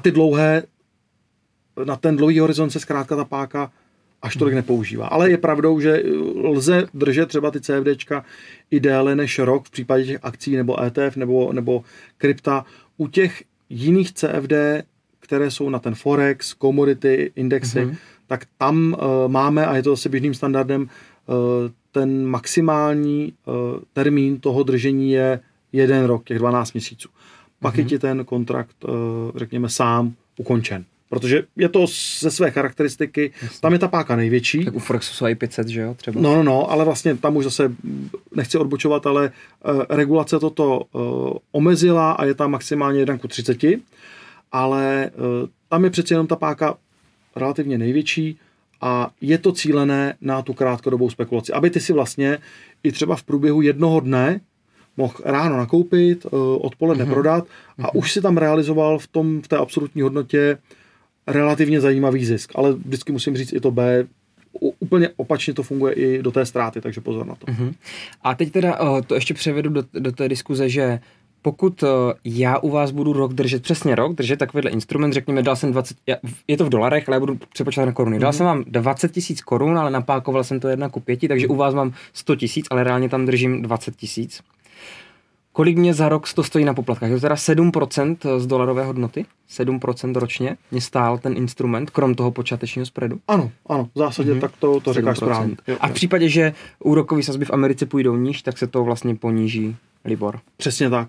ten dlouhý horizont se zkrátka ta páka až tolik nepoužívá. Ale je pravdou, že lze držet třeba ty CFDčka i déle než rok v případě těch akcí nebo ETF nebo krypta. U těch jiných CFD, které jsou na ten Forex, commodity, indexy, tak tam máme, a je to zase běžným standardem, ten maximální termín toho držení je 1 rok, těch 12 měsíců. Pak je ti ten kontrakt, řekněme, sám ukončen. Protože je to ze své charakteristiky, tam je ta páka největší. Tak u Forexu jsou i 500, že jo, třeba? No, ale vlastně tam už zase, nechci odbočovat, ale regulace toto omezila a je tam maximálně 1:30, ale tam je přeci jenom ta páka relativně největší a je to cílené na tu krátkodobou spekulaci. Aby ty si vlastně i třeba v průběhu jednoho dne mohl ráno nakoupit, odpoledne prodat a už si tam realizoval v té absolutní hodnotě relativně zajímavý zisk. Ale vždycky musím říct i to B, úplně opačně to funguje i do té ztráty, takže pozor na to. A teď teda to ještě převedu do té diskuze, že pokud já u vás budu rok držet, přesně rok držet takovýhle instrument, řekněme, dal jsem 20, je to v dolarech, ale já budu přepočítat na koruny. Dal jsem vám 20 000 korun, ale napákoval jsem to 1:5, takže u vás mám 100 000, ale reálně tam držím 20 000. Kolik mě za rok to stojí na poplatkách? Je to teda 7% z dolarové hodnoty? 7% ročně mě stál ten instrument, krom toho počátečního spreadu? Ano, v zásadě tak to říkáš správně. A v případě, že úrokové sazby v Americe půjdou níž, tak se to vlastně poníží Libor. Přesně tak.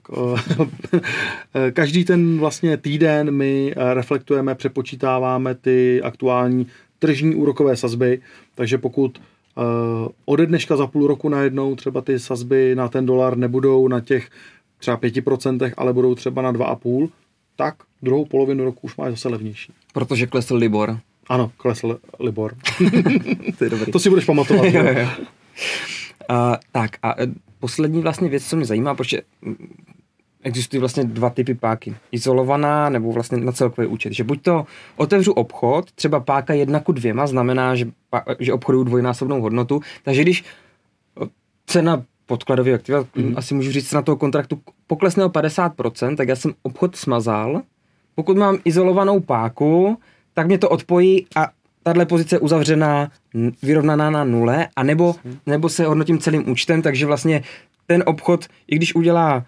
Každý ten vlastně týden my reflektujeme, přepočítáváme ty aktuální tržní úrokové sazby, takže pokud ode dneška za půl roku najednou třeba ty sazby na ten dolar nebudou na těch třeba 5%, ale budou třeba na 2,5%, tak druhou polovinu roku už máš zase levnější. Protože klesl Libor. Ano, klesl Libor. To je dobrý. To si budeš pamatovat. Tak a poslední vlastně věc, co mě zajímá, protože existují vlastně 2 typy páky. Izolovaná nebo vlastně na celkový účet. Že buď to otevřu obchod, třeba páka 1:2 znamená, že obchoduju dvojnásobnou hodnotu, takže když cena podkladového aktiva, asi můžu říct, na toho kontraktu poklesne o 50%, tak já jsem obchod smazal. Pokud mám izolovanou páku, tak mě to odpojí a tahle pozice je uzavřená, vyrovnaná na 0, a nebo se hodnotím celým účtem, takže vlastně ten obchod, i když udělá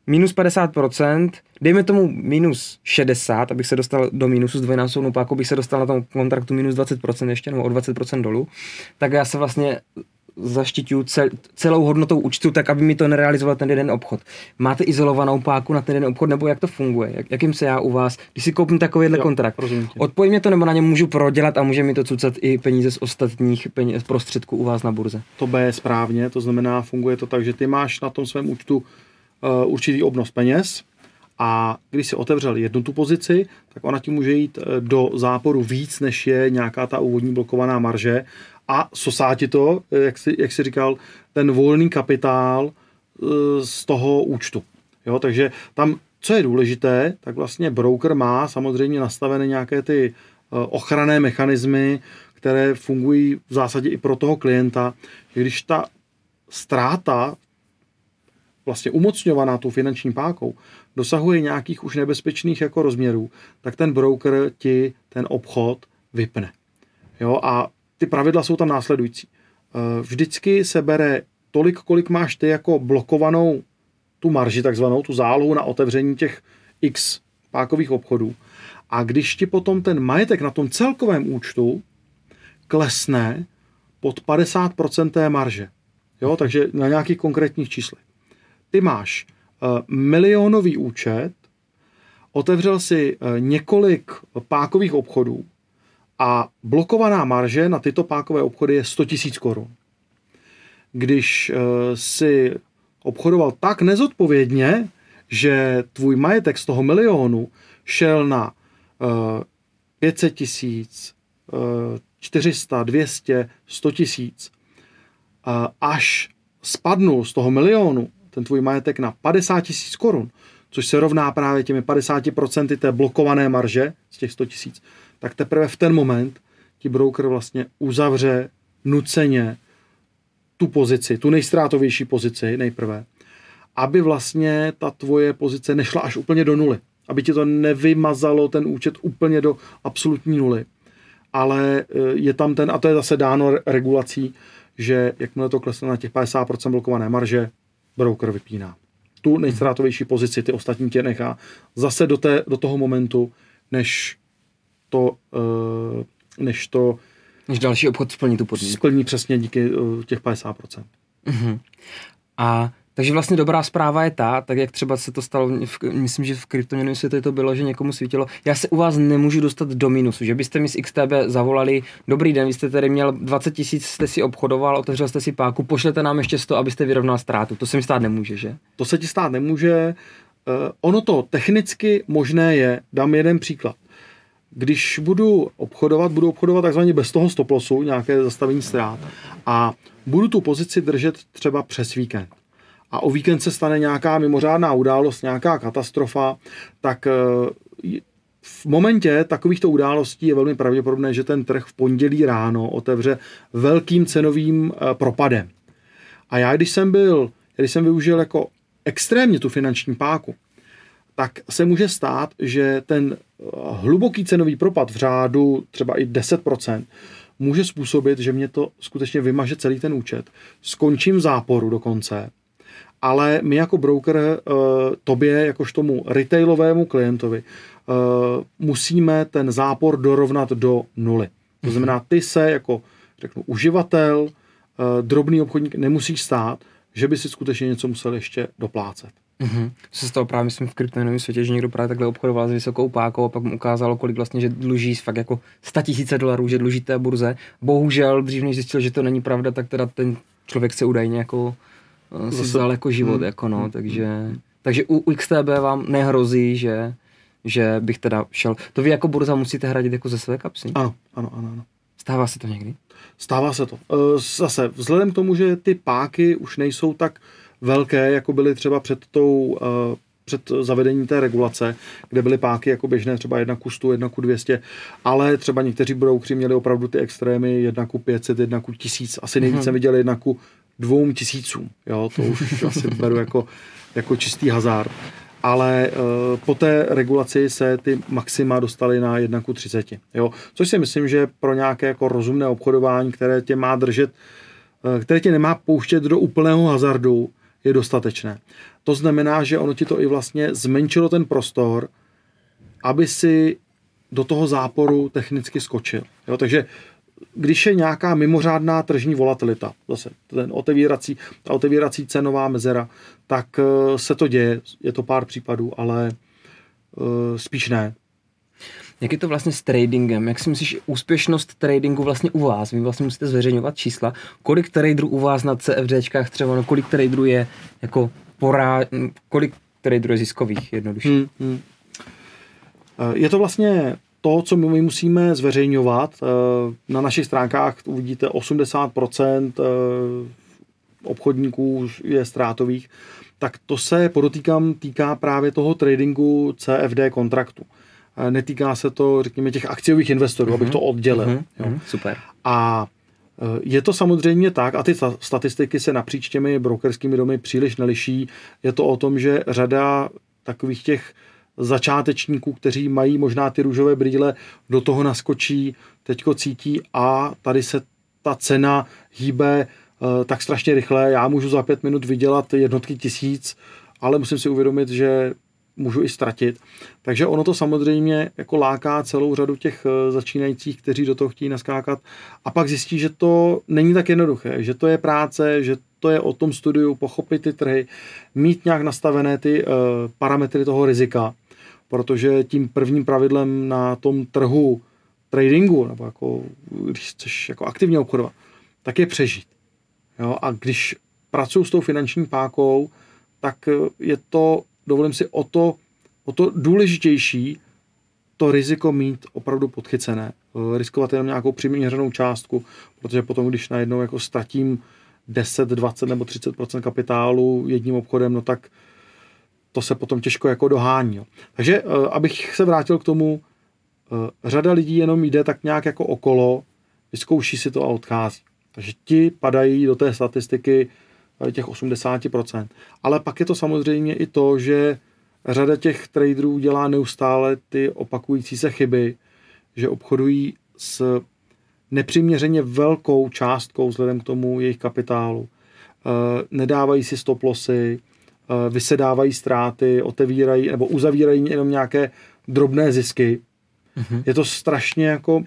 minus 50%, dejme tomu minus 60, abych se dostal do minusu s dvojnásobnou pákou, bych se dostal na tom kontraktu minus 20% ještě, nebo o 20% dolů, tak já se vlastně zaštiťuju celou hodnotou účtu, tak aby mi to nerealizoval ten jeden obchod. Máte izolovanou páku na ten jeden obchod, nebo jak to funguje? Jakým se já u vás, když si koupím takovýhle kontrakt, odpojí mě to, nebo na něm můžu prodělat a může mi to cucat i peníze z ostatních prostředků u vás na burze? To B je správně, to znamená, funguje to tak, že ty máš na tom svém účtu určitý obnos peněz a když si otevřel jednu tu pozici, tak ona ti může jít do záporu víc, než je nějaká ta úvodní blokovaná marže a sosá ti to, jak jsi říkal, ten volný kapitál z toho účtu. Jo, takže tam, co je důležité, tak vlastně broker má samozřejmě nastavené nějaké ty ochranné mechanismy, které fungují v zásadě i pro toho klienta, že když ta ztráta vlastně umocňovaná tou finanční pákou dosahuje nějakých už nebezpečných jako rozměrů, tak ten broker ti ten obchod vypne. Jo, a ty pravidla jsou tam následující. Vždycky se bere tolik, kolik máš ty jako blokovanou tu marži, takzvanou, tu zálohu na otevření těch X pákových obchodů. A když ti potom ten majetek na tom celkovém účtu klesne pod 50% té marže, jo, takže na nějakých konkrétních číslech. Ty máš milionový účet, otevřel si několik pákových obchodů a blokovaná marže na tyto pákové obchody je 100 000 korun. Když si obchodoval tak nezodpovědně, že tvůj majetek z toho milionu šel na 500 000, 400, 200, 100 000, až spadnul z toho milionu ten tvůj majetek na 50 000 korun, což se rovná právě těmi 50% té blokované marže z těch 100 000, tak teprve v ten moment ti broker vlastně uzavře nuceně tu pozici, tu nejztrátovější pozici nejprve, aby vlastně ta tvoje pozice nešla až úplně do nuly, aby ti to nevymazalo ten účet úplně do absolutní nuly. Ale je tam ten, a to je zase dáno regulací, že jakmile to klesne na těch 50% blokované marže, broker vypíná tu nejztrátovější pozici, ty ostatní tě nechá zase do toho momentu, než další obchod splní tu podmínku. Splní přesně díky těch 50%. Uh-huh. A takže vlastně dobrá zpráva je ta, tak jak třeba se to stalo, myslím, že v kryptoměnovém světě to bylo, že někomu svítilo, já se u vás nemůžu dostat do minusu, že byste mi z XTB zavolali, dobrý den, vy jste tady měl 20 000, jste si obchodoval, otevřel jste si páku, pošlete nám ještě 100, abyste vyrovnal ztrátu. To se mi stát nemůže, že? To se ti stát nemůže. Ono to technicky možné je, dám jeden příklad. Když budu obchodovat takzvaně bez toho stop lossu, nějaké zastavení ztrát a budu tu pozici držet třeba přes víkend. A o víkend se stane nějaká mimořádná událost, nějaká katastrofa, tak v momentě takovýchto událostí je velmi pravděpodobné, že ten trh v pondělí ráno otevře velkým cenovým propadem. A já, když jsem využil jako extrémně tu finanční páku, tak se může stát, že ten hluboký cenový propad v řádu třeba i 10% může způsobit, že mě to skutečně vymaže celý ten účet. Skončím v záporu dokonce, ale my jako broker tobě, jakož tomu retailovému klientovi, musíme ten zápor dorovnat do nuly. To znamená, ty se jako, řeknu, uživatel, drobný obchodník nemusíš stát, že by si skutečně něco musel ještě doplácet. Mm-hmm. To se stalo právě, myslím, v kryptoměnovém světě, že někdo právě takhle obchodoval s vysokou pákou a pak mu ukázalo, kolik vlastně, že dluží fakt jako $100 000, že dluží té burze. Bohužel, dřív než zjistil, že to není pravda, tak teda ten člověk se údajně jako si vzal jako život, jako no, takže u XTB vám nehrozí, že bych teda šel. To vy jako burza musíte hradit jako ze své kapsy? Ano. Stává se to někdy? Stává se to. Zase, vzhledem k tomu, že ty páky už nejsou tak velké, jako byly třeba před zavedením té regulace, kde byly páky jako běžné třeba 1:100, 1:200, ale třeba někteří broukři měli opravdu ty extrémy 1:500, 1:1000, asi nejvíc jsem viděl 1:2000, jo, to už asi beru jako čistý hazard. Ale po té regulaci se ty maxima dostaly na 1:30, jo, což si myslím, že pro nějaké jako rozumné obchodování, které tě má držet, které tě nemá pouštět do úplného hazardu, je dostatečné. To znamená, že ono ti to i vlastně zmenšilo ten prostor, aby si do toho záporu technicky skočil. Jo, takže když je nějaká mimořádná tržní volatilita, zase ta otevírací cenová mezera, tak se to děje, je to pár případů, ale spíš ne. Jak je to vlastně s tradingem? Jak si myslíš úspěšnost tradingu vlastně u vás? Vy vlastně musíte zveřejňovat čísla. Kolik traderů u vás na CFDčkách třeba, no kolik traderů je jako kolik traderů je ziskových jednoduše? Je to vlastně to, co my musíme zveřejňovat. Na našich stránkách uvidíte 80% obchodníků je ztrátových. Tak to se, podotýkám, týká právě toho tradingu CFD kontraktu. Netýká se to, řekněme, těch akciových investorů, abych to oddělil. Super. A je to samozřejmě tak, a ty statistiky se napříč těmi brokerskými domy příliš neliší. Je to o tom, že řada takových těch začátečníků, kteří mají možná ty růžové brýle, do toho naskočí, teďko cítí a tady se ta cena hýbe tak strašně rychle. Já můžu za 5 minut vydělat jednotky tisíc, ale musím si uvědomit, že můžu i ztratit. Takže ono to samozřejmě jako láká celou řadu těch začínajících, kteří do toho chtějí naskákat a pak zjistí, že to není tak jednoduché, že to je práce, že to je o tom studiu, pochopit ty trhy, mít nějak nastavené ty parametry toho rizika, protože tím prvním pravidlem na tom trhu tradingu, nebo jako, když chceš jako aktivně obchodovat, tak je přežít. Jo? A když pracuji s tou finanční pákou, tak je to, dovolím si, o to důležitější to riziko mít opravdu podchycené. Riskovat jenom nějakou přiměřenou částku, protože potom, když najednou jako ztratím 10, 20 nebo 30% kapitálu jedním obchodem, no tak to se potom těžko jako dohání. Jo. Takže abych se vrátil k tomu, řada lidí jenom jde tak nějak jako okolo, vyzkouší si to a odchází. Takže ti padají do té statistiky těch 80%. Ale pak je to samozřejmě i to, že řada těch traderů dělá neustále ty opakující se chyby, že obchodují s nepřiměřeně velkou částkou vzhledem k tomu jejich kapitálu. Nedávají si stop lossy, vysedávají ztráty, otevírají nebo uzavírají jenom nějaké drobné zisky. Je to strašně jako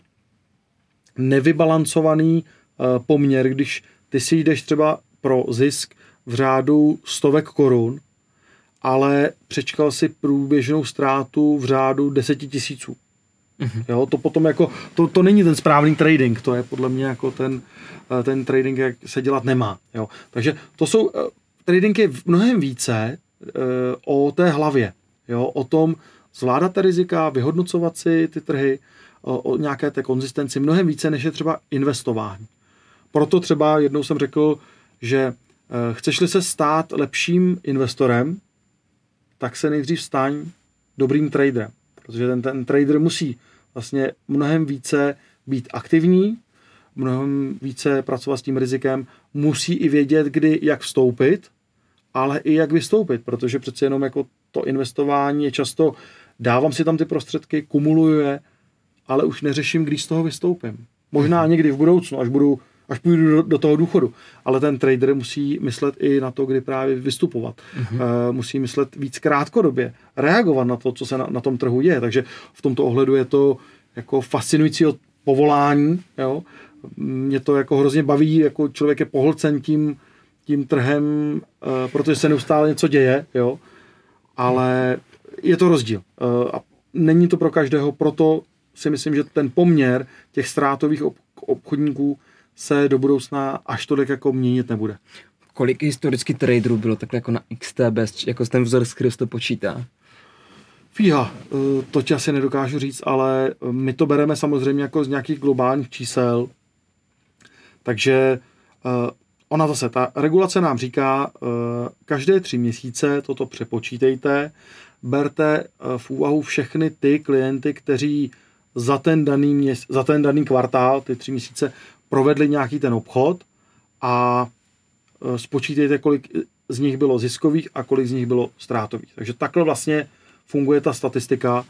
nevybalancovaný poměr, když ty si jdeš třeba pro zisk v řádu stovek korun, ale přečkal si průběžnou ztrátu v řádu 10 000. Jo, to potom jako, to není ten správný trading, to je podle mě jako ten trading, jak se dělat nemá. Jo. Takže to jsou, trading je mnohem více o té hlavě, jo, o tom zvládat ta rizika, vyhodnocovat si ty trhy, o nějaké té konzistenci, mnohem více, než je třeba investování. Proto třeba jednou jsem řekl, že chceš-li se stát lepším investorem, tak se nejdřív staň dobrým traderem. Protože ten trader musí vlastně mnohem více být aktivní, mnohem více pracovat s tím rizikem, musí i vědět, kdy jak vstoupit, ale i jak vystoupit, protože přece jenom jako to investování je často, dávám si tam ty prostředky, kumuluju je, ale už neřeším, když z toho vystoupím. Možná někdy v budoucnu, až půjdu do toho důchodu. Ale ten trader musí myslet i na to, kdy právě vystupovat. Musí myslet víc krátkodobě, reagovat na to, co se na tom trhu děje. Takže v tomto ohledu je to jako fascinující povolání. Jo? Mě to jako hrozně baví, jako člověk je pohlcen tím trhem, protože se neustále něco děje. Jo? Ale je to rozdíl. A není to pro každého, proto si myslím, že ten poměr těch ztrátových obchodníků se do budoucna až tolik jako měnit nebude. Kolik historicky traderů bylo takhle jako na XTB, jako ten vzor, z kterého to počítá? Fíha, to ti asi nedokážu říct, ale my to bereme samozřejmě jako z nějakých globálních čísel. Takže ona zase, ta regulace nám říká, každé 3 měsíce toto přepočítejte, berte v úvahu všechny ty klienty, kteří za ten daný kvartál, ty 3 měsíce, provedli nějaký ten obchod a spočítejte, kolik z nich bylo ziskových a kolik z nich bylo ztrátových. Takže takhle vlastně funguje ta statistika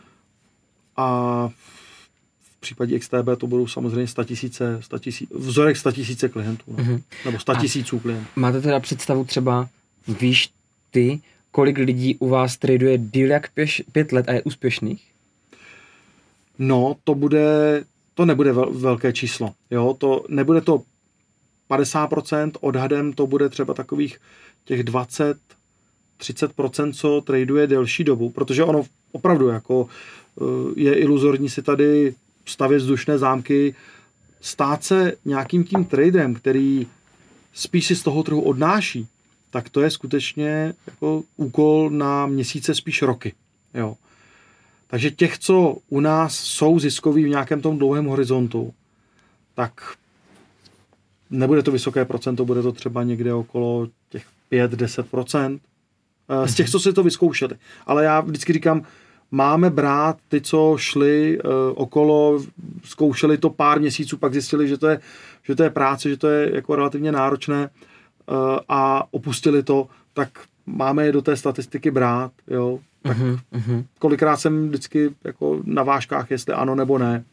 a v případě XTB to budou samozřejmě 100 000, vzorek 100 000 klientů. Nebo 100 000 klientů. Máte teda představu třeba, Víš ty, kolik lidí u vás traduje díl jak 5 let a je úspěšných? No, to nebude velké číslo. Jo? To nebude to 50%, odhadem to bude třeba takových těch 20-30%, co traduje delší dobu, protože ono opravdu jako je iluzorní si tady stavět vzdušné zámky, stát se nějakým tím traderem, který spíš si z toho trhu odnáší, tak to je skutečně jako úkol na měsíce, spíš roky. Jo. Takže těch, co u nás jsou ziskoví v nějakém tom dlouhém horizontu, tak nebude to vysoké procento, bude to třeba někde okolo těch 5-10% z těch, co si to vyzkoušeli. Ale já vždycky říkám, máme brát ty, co šli okolo, zkoušeli to pár měsíců, pak zjistili, že to je práce, že to je jako relativně náročné a opustili to, tak máme je do té statistiky brát, jo. Tak kolikrát jsem vždycky jako na vážkách, jestli ano nebo ne.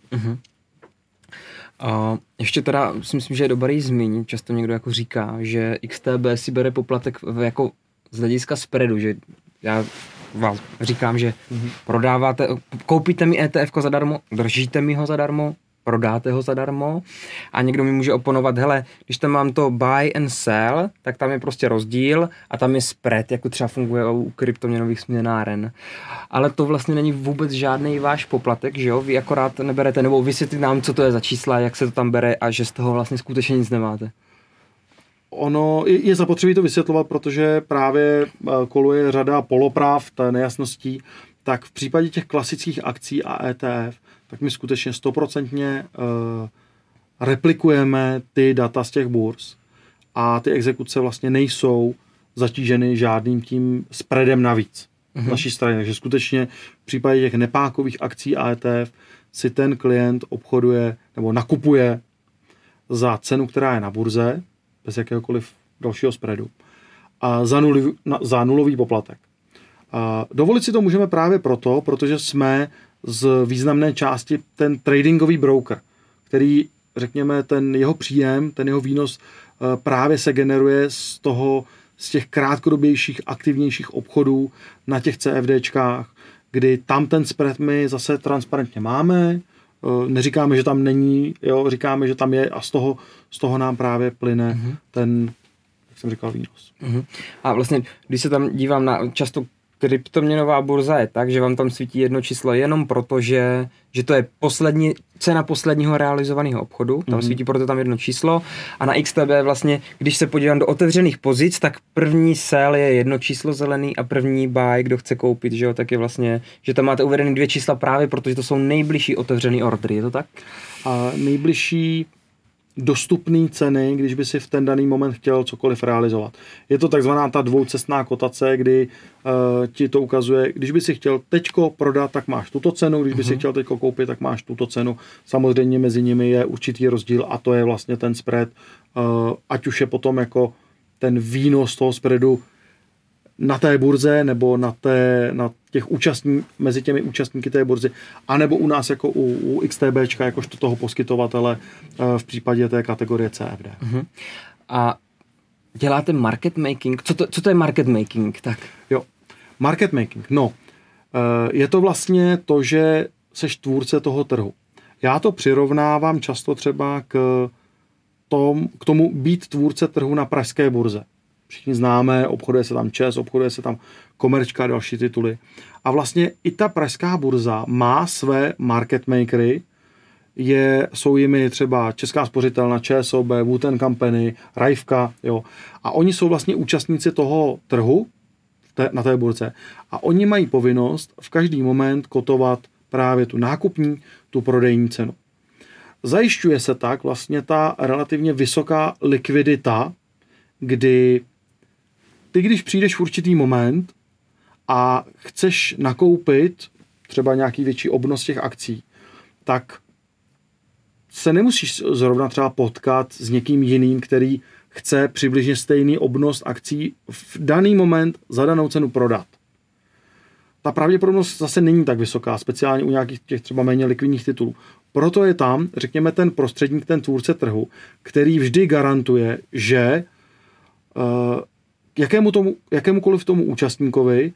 Ještě teda si myslím, že je dobrý zmínit, často někdo jako říká, že XTB si bere poplatek jako z hlediska spreadu, že já vám říkám, že prodáváte, koupíte mi ETF-ko zadarmo, držíte mi ho zadarmo, prodáte ho zadarmo a někdo mi může oponovat, hele, když tam mám to buy and sell, tak tam je prostě rozdíl a tam je spread, jako třeba funguje u kryptoměnových směnáren. Ale to vlastně není vůbec žádný váš poplatek, že jo? Vy akorát neberete, nebo vysvětlit nám, co to je za čísla, jak se to tam bere a že z toho vlastně skutečně nic nemáte. Ono je zapotřebí to vysvětlovat, protože právě koluje řada polopravd, nejasností, tak v případě těch klasických akcí a ETF, tak my skutečně 100% replikujeme ty data z těch burz a ty exekuce vlastně nejsou zatíženy žádným tím spreadem navíc z naší strany. Takže skutečně v případě těch nepákových akcí a ETF si ten klient obchoduje nebo nakupuje za cenu, která je na burze, bez jakéhokoliv dalšího spreadu, a za nulový poplatek. Dovolit si to můžeme právě proto, protože jsme z významné části ten tradingový broker, který, řekněme, ten jeho příjem, ten jeho výnos právě se generuje z těch krátkodobějších, aktivnějších obchodů na těch CFDčkách, kdy tam ten spread my zase transparentně máme, neříkáme, že tam není, jo, říkáme, že tam je a z toho nám právě plyne ten, jak jsem říkal, výnos. A vlastně, když se tam dívám na často kryptoměnová burza je tak, že vám tam svítí jedno číslo jenom proto, že to je cena posledního realizovaného obchodu, tam svítí proto tam jedno číslo a na XTB vlastně, když se podívám do otevřených pozic, tak první sell je jedno číslo zelený a první buy, kdo chce koupit, že jo, tak je vlastně, že tam máte uvedený 2 čísla právě, protože to jsou nejbližší otevřený ordry, je to tak? A nejbližší dostupné ceny, když by si v ten daný moment chtěl cokoliv realizovat. Je to takzvaná ta dvoucestná kotace, kdy ti to ukazuje, když by si chtěl teďko prodat, tak máš tuto cenu, když by si chtěl teďko koupit, tak máš tuto cenu. Samozřejmě mezi nimi je určitý rozdíl a to je vlastně ten spread, ať už je potom jako ten výnos toho spreadu na té burze nebo na těch mezi těmi účastníky té burzy, anebo u nás jako u XTBčka, jakožto toho poskytovatele v případě té kategorie CFD. A děláte market making? Co to je market making? Tak. Jo, market making. No, je to vlastně to, že seš tvůrce toho trhu. Já to přirovnávám často třeba k tomu být tvůrce trhu na pražské burze. Všichni známe, obchoduje se tam ČEZ, obchoduje se tam Komerčka a další tituly. A vlastně i ta pražská burza má své market makery, jsou jimi třeba Česká spořitelna, ČSOB, Wood & Company, Rajvka, jo. A oni jsou vlastně účastníci toho trhu na té burze. A oni mají povinnost v každý moment kotovat právě tu nákupní, tu prodejní cenu. Zajišťuje se tak vlastně ta relativně vysoká likvidita, kdy ty, když přijdeš v určitý moment a chceš nakoupit třeba nějaký větší obnos těch akcí, tak se nemusíš zrovna třeba potkat s někým jiným, který chce přibližně stejný obnos akcí v daný moment za danou cenu prodat. Ta pravděpodobnost zase není tak vysoká, speciálně u nějakých těch třeba méně likvidních titulů. Proto je tam, řekněme, ten prostředník, ten tvůrce trhu, který vždy garantuje, že jakémukoliv tomu účastníkovi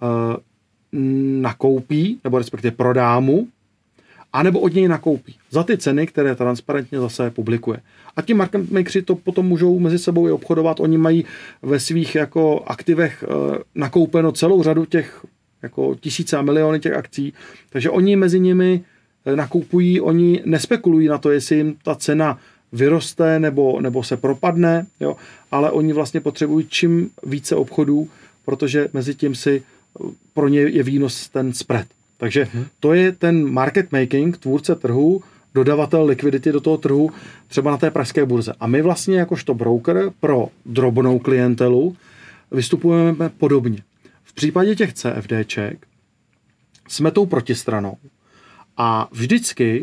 nakoupí, nebo respektive prodá mu, anebo od něj nakoupí za ty ceny, které transparentně zase publikuje. A ti market makeři to potom můžou mezi sebou i obchodovat. Oni mají ve svých jako aktivech nakoupeno celou řadu těch jako tisíce a miliony těch akcí, takže oni mezi nimi nakupují, oni nespekulují na to, jestli jim ta cena vyroste nebo se propadne, jo? Ale oni vlastně potřebují čím více obchodů, protože mezi tím si pro ně je výnos ten spread. Takže to je ten market making, tvůrce trhu, dodavatel likvidity do toho trhu, třeba na té pražské burze. A my vlastně jakožto broker pro drobnou klientelu vystupujeme podobně. V případě těch CFDček jsme tou protistranou a vždycky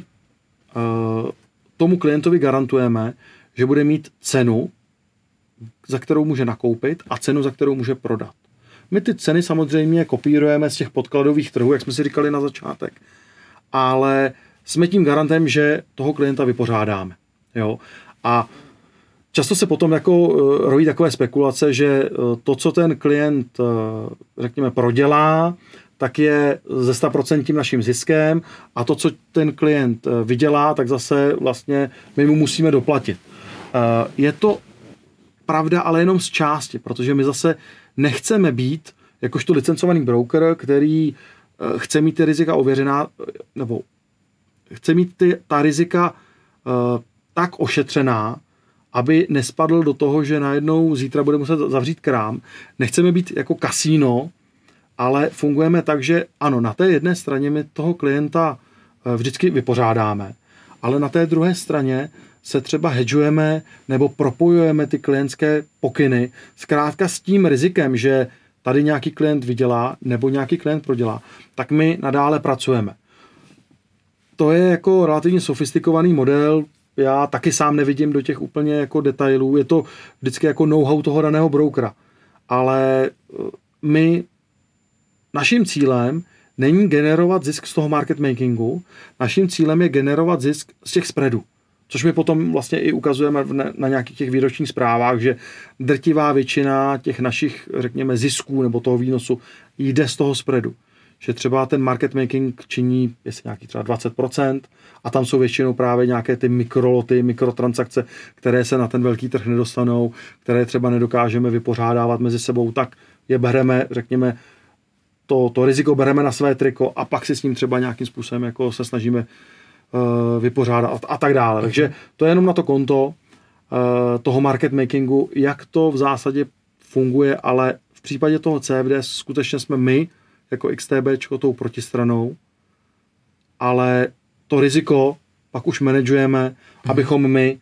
tomu klientovi garantujeme, že bude mít cenu, za kterou může nakoupit a cenu, za kterou může prodat. My ty ceny samozřejmě kopírujeme z těch podkladových trhů, jak jsme si říkali na začátek, ale jsme tím garantem, že toho klienta vypořádáme. Jo? A často se potom jako rojí takové spekulace, že to, co ten klient, řekněme, prodělá, tak je ze 100% tím naším ziskem a to, co ten klient vydělá, tak zase vlastně my mu musíme doplatit. Je to pravda, ale jenom z části, protože my zase nechceme být jakožto licencovaný broker, který chce mít ty rizika ověřená, nebo chce mít ta rizika tak ošetřená, aby nespadl do toho, že najednou zítra bude muset zavřít krám. Nechceme být jako kasíno, ale fungujeme tak, že ano, na té jedné straně my toho klienta vždycky vypořádáme, ale na té druhé straně se třeba hedžujeme nebo propojujeme ty klientské pokyny zkrátka s tím rizikem, že tady nějaký klient vydělá nebo nějaký klient prodělá, tak my nadále pracujeme. To je jako relativně sofistikovaný model, já taky sám nevidím do těch úplně jako detailů, je to vždycky jako know-how toho daného brokera, ale naším cílem není generovat zisk z toho market makingu, naším cílem je generovat zisk z těch spreadů. Což my potom vlastně i ukazujeme na nějakých těch výročních zprávách, že drtivá většina těch našich, řekněme, zisků nebo toho výnosu jde z toho spreadu. Že třeba ten market making činí nějaký třeba 20% a tam jsou většinou právě nějaké ty mikroloty, mikrotransakce, které se na ten velký trh nedostanou, které třeba nedokážeme vypořádávat mezi sebou, tak je bereme, řekněme, to riziko bereme na své triko a pak si s ním třeba nějakým způsobem jako se snažíme vypořádat a tak dále. Takže to je jenom na to konto toho market makingu, jak to v zásadě funguje, ale v případě toho CFD skutečně jsme my jako XTBčko tou protistranou, ale to riziko pak už manažujeme, abychom my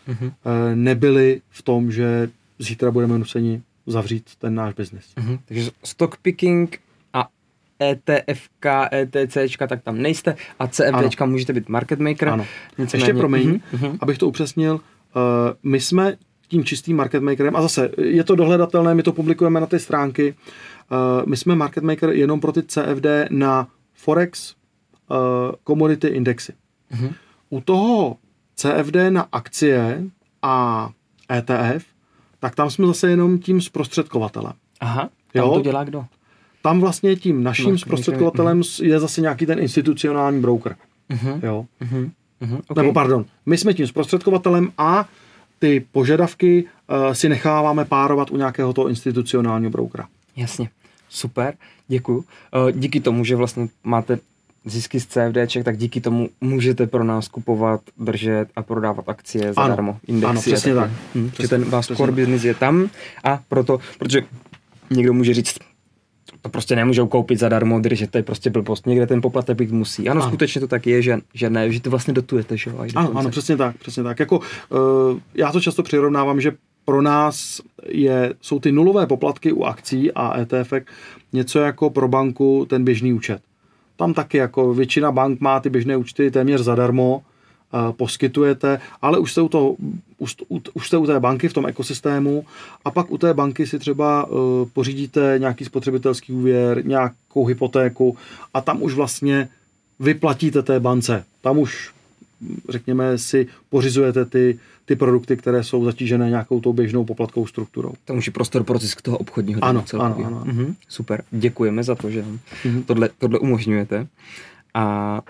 nebyli v tom, že zítra budeme nuceni zavřít ten náš biznis. Takže stock picking a ETFka, ETCčka, tak tam nejste a CFDčka ano. Můžete být market maker. Ano. Ještě promiň, abych to upřesnil, my jsme tím čistým market makerem a zase je to dohledatelné, my to publikujeme na ty stránky, my jsme market maker jenom pro ty CFD na Forex, commodity indexy. U toho CFD na akcie a ETF, tak tam jsme zase jenom tím zprostředkovatelem. Aha, tam to dělá kdo? Tam vlastně tím naším zprostředkovatelem je zase nějaký ten institucionální broker. Jo? Okay. Nebo pardon, my jsme tím zprostředkovatelem a ty požadavky si necháváme párovat u nějakého toho institucionálního brokera. Jasně, super, děkuju. Díky tomu, že vlastně máte zisky z CFDček, tak díky tomu můžete pro nás kupovat, držet a prodávat akcie zadarmo. Indexy. Ano, přesně tak. Že ten váš core business je tam a proto, protože někdo může říct, to prostě nemůžou koupit zadarmo, držet, to je prostě blbost, někde ten poplatek být musí. Ano, skutečně to tak je, že ne, že to vlastně dotujete, že jo? Ano, přesně tak. Jako, já to často přirovnávám, že pro nás jsou ty nulové poplatky u akcí a ETFek něco jako pro banku ten běžný účet. Tam taky jako většina bank má ty běžné účty téměř zadarmo, poskytujete, ale už jste u té banky v tom ekosystému a pak u té banky si třeba pořídíte nějaký spotřebitelský úvěr, nějakou hypotéku a tam už vlastně vyplatíte té bance. Tam už řekněme, si pořizujete ty produkty, které jsou zatížené nějakou tou běžnou poplatkovou strukturou. Tam už je prostor pro zisk toho obchodního. Ano. Super, děkujeme za to, že tohle umožňujete. A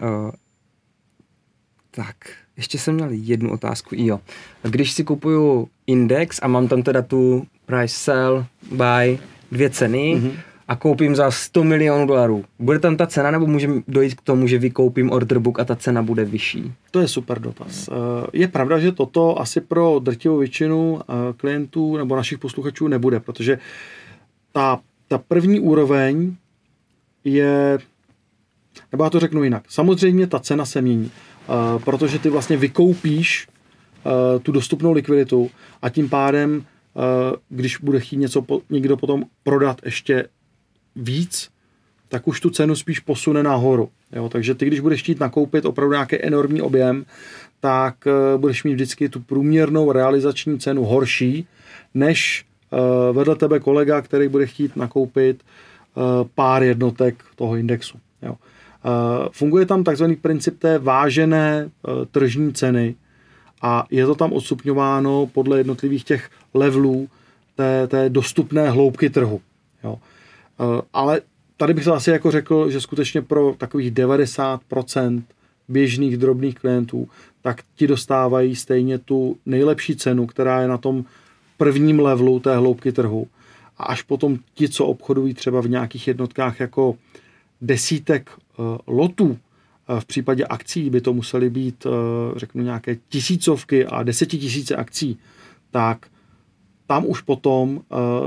tak, ještě jsem měl jednu otázku. Jo. Když si kupuju index a mám tam teda tu price sell, buy, 2 ceny a koupím za $100 milionů, bude tam ta cena, nebo může dojít k tomu, že vykoupím order book a ta cena bude vyšší? To je super dotaz. Je pravda, že toto asi pro drtivou většinu klientů nebo našich posluchačů nebude, protože ta první úroveň je, nebo já to řeknu jinak, samozřejmě ta cena se mění, protože ty vlastně vykoupíš tu dostupnou likviditu a tím pádem, když bude chtít někdo potom prodat ještě víc, tak už tu cenu spíš posune nahoru. Jo? Takže ty, když budeš chtít nakoupit opravdu nějaký enormní objem, tak budeš mít vždycky tu průměrnou realizační cenu horší, než vedle tebe kolega, který bude chtít nakoupit pár jednotek toho indexu. Jo? Funguje tam takzvaný princip té vážené tržní ceny a je to tam odstupňováno podle jednotlivých těch levelů té dostupné hloubky trhu. Jo? Ale tady bych to asi jako řekl, že skutečně pro takových 90% běžných drobných klientů, tak ti dostávají stejně tu nejlepší cenu, která je na tom prvním levelu té hloubky trhu. A až potom ti, co obchodují třeba v nějakých jednotkách jako desítek lotů, v případě akcí by to musely být, řeknu, nějaké tisícovky a 10 000 akcí, tak tam už potom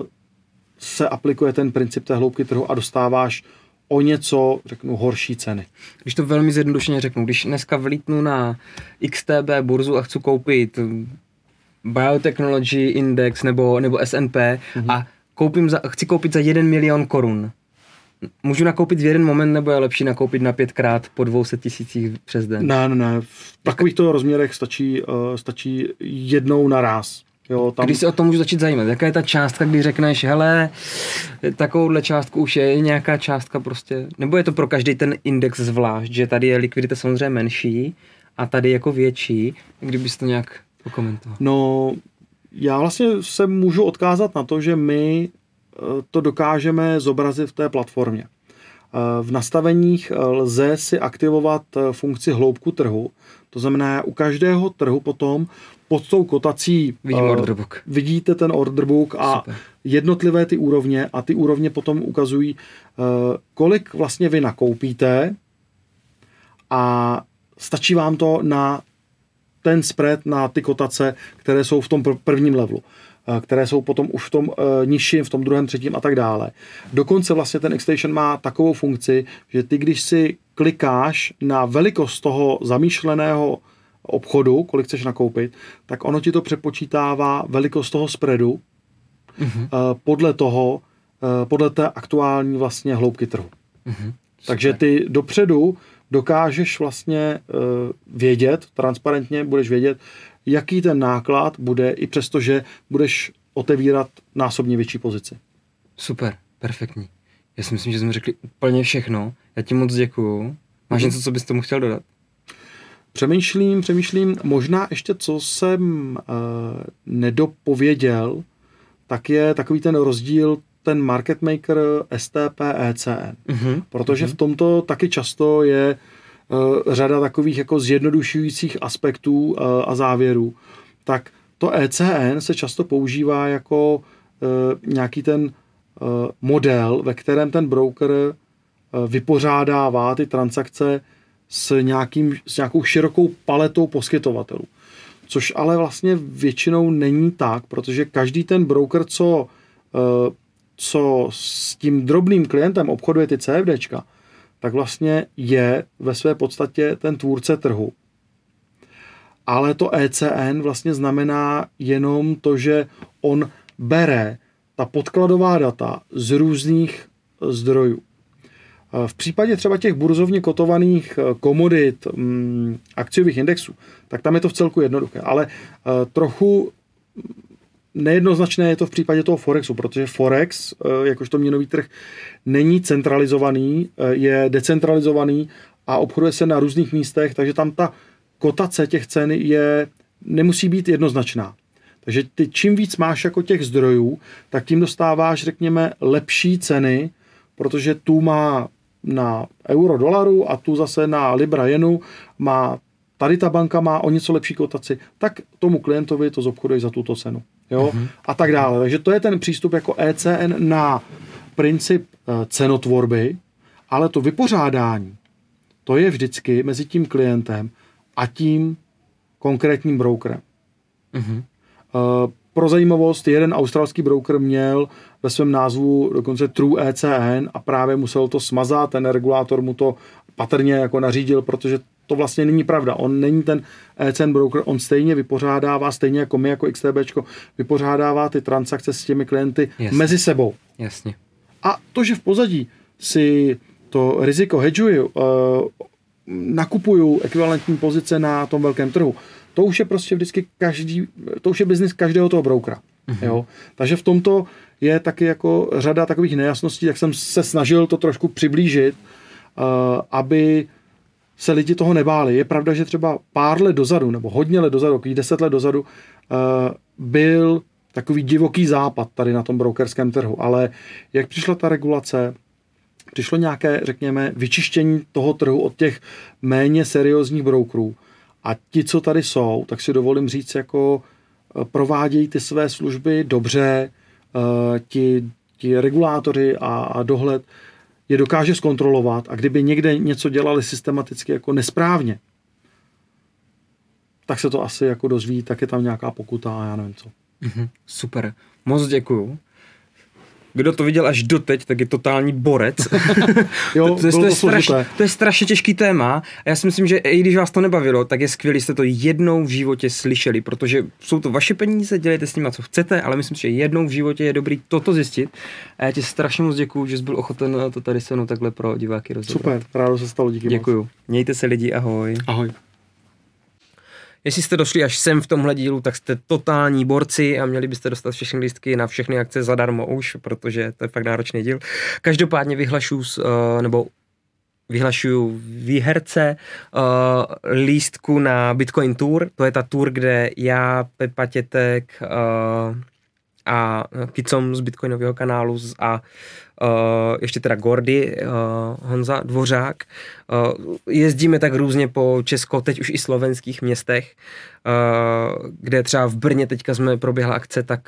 se aplikuje ten princip té hloubky trhu a dostáváš o něco, řeknu, horší ceny. Když to velmi zjednodušeně řeknu, když dneska vlítnu na XTB burzu a chci koupit Biotechnology Index nebo S&P a chci koupit za 1 milion korun, můžu nakoupit v jeden moment, nebo je lepší nakoupit na 5krát po 200 000 přes den? Ne. V takovýchto rozměrech stačí jednou naráz. Jo, tam... Když se o tom můžu začít zajímat, jaká je ta částka, když řekneš, hele, takovouhle částku už je nějaká částka prostě, nebo je to pro každý ten index zvlášť, že tady je likvidita samozřejmě menší a tady jako větší, kdybys to nějak okomentoval? No, já vlastně se můžu odkázat na to, že my to dokážeme zobrazit v té platformě. V nastaveních lze si aktivovat funkci hloubku trhu, to znamená, u každého trhu potom pod tou kotací vidíte ten order book a super. Jednotlivé ty úrovně a ty úrovně potom ukazují, kolik vlastně vy nakoupíte a stačí vám to na ten spread, na ty kotace, které jsou v tom prvním levelu, které jsou potom už v tom nižším, v tom druhém, třetím a tak dále. Dokonce vlastně ten Xstation má takovou funkci, že ty, když si klikáš na velikost toho zamýšleného obchodu, kolik chceš nakoupit, tak ono ti to přepočítává velikost toho spreadu podle té aktuální vlastně hloubky trhu. Takže ty dopředu dokážeš vlastně vědět, transparentně budeš vědět, jaký ten náklad bude, i přesto, že budeš otevírat násobně větší pozici. Super, perfektní. Já si myslím, že jsme řekli úplně všechno. Já ti moc děkuju. Máš něco, co bys tomu chtěl dodat? Přemýšlím, možná ještě, co jsem nedopověděl, tak je takový ten rozdíl, ten market maker STP ECN. Protože v tomto taky často je řada takových jako zjednodušujících aspektů a závěrů. Tak to ECN se často používá jako nějaký ten model, ve kterém ten broker vypořádává ty transakce s nějakou širokou paletou poskytovatelů. Což ale vlastně většinou není tak, protože každý ten broker, co s tím drobným klientem obchoduje ty CFDčka, tak vlastně je ve své podstatě ten tvůrce trhu. Ale to ECN vlastně znamená jenom to, že on bere ta podkladová data z různých zdrojů. V případě třeba těch burzovně kotovaných komodit, akciových indexů, tak tam je to v celku jednoduché. Ale trochu nejednoznačné je to v případě toho Forexu, protože Forex, jakožto měnový trh, není centralizovaný, je decentralizovaný a obchoduje se na různých místech, takže tam ta kotace těch cen nemusí být jednoznačná. Takže ty čím víc máš jako těch zdrojů, tak tím dostáváš, řekněme, lepší ceny, protože tu má na euro dolaru a tu zase na libra jenu tady ta banka má o něco lepší kotaci, tak tomu klientovi to zobchoduje za tuto cenu. Jo? A tak dále. Takže to je ten přístup jako ECN na princip cenotvorby, ale to vypořádání, to je vždycky mezi tím klientem a tím konkrétním brokerem. Pro zajímavost, jeden australský broker měl ve svém názvu dokonce True ECN a právě musel to smazat, ten regulátor mu to patrně jako nařídil, protože to vlastně není pravda. On není ten ECN broker, on stejně vypořádává, stejně jako my, jako XTBčko, vypořádává ty transakce s těmi klienty mezi sebou. Jasně. A to, že v pozadí si to riziko hedžuju, nakupuju ekvivalentní pozice na tom velkém trhu, to už je prostě vždycky to už je biznis každého toho brokera. Jo? Takže v tomto je taky jako řada takových nejasností, tak jsem se snažil to trošku přiblížit, aby se lidi toho nebáli. Je pravda, že třeba pár let dozadu, nebo hodně let dozadu, 10 let dozadu, byl takový divoký západ tady na tom brokerském trhu, ale jak přišla ta regulace, přišlo nějaké, řekněme, vyčištění toho trhu od těch méně seriózních brokerů. A ti, co tady jsou, tak si dovolím říct, jako provádějí ty své služby dobře, ti regulátoři a dohled je dokáže zkontrolovat a kdyby někde něco dělali systematicky jako nesprávně, tak se to asi jako dozví, tak je tam nějaká pokuta a já nevím co. Super, moc děkuju. Kdo to viděl až doteď, tak je totální borec. Jo, to je strašně těžký téma a já si myslím, že i když vás to nebavilo, tak je skvělý, jste to jednou v životě slyšeli, protože jsou to vaše peníze, dělejte s nimi, co chcete, ale myslím si, že jednou v životě je dobrý toto zjistit. A já ti strašně moc děkuju, že jsi byl ochoten to tady se mnou takhle pro diváky rozhodovat. Super, rádo se stalo, díky moc. Děkuju. Mějte se lidi, ahoj. Ahoj. Jestli jste došli až sem v tomhle dílu, tak jste totální borci a měli byste dostat všechny lístky na všechny akce zadarmo už, protože to je fakt náročný díl. Každopádně vyhlašuju výherce lístku na Bitcoin Tour. To je ta tour, kde já, Pepa Tětek a Kicom z Bitcoinového kanálu a ještě teda Gordy, Honza Dvořák. Jezdíme tak různě po česko, teď už i slovenských městech, kde třeba v Brně teďka proběhla akce, tak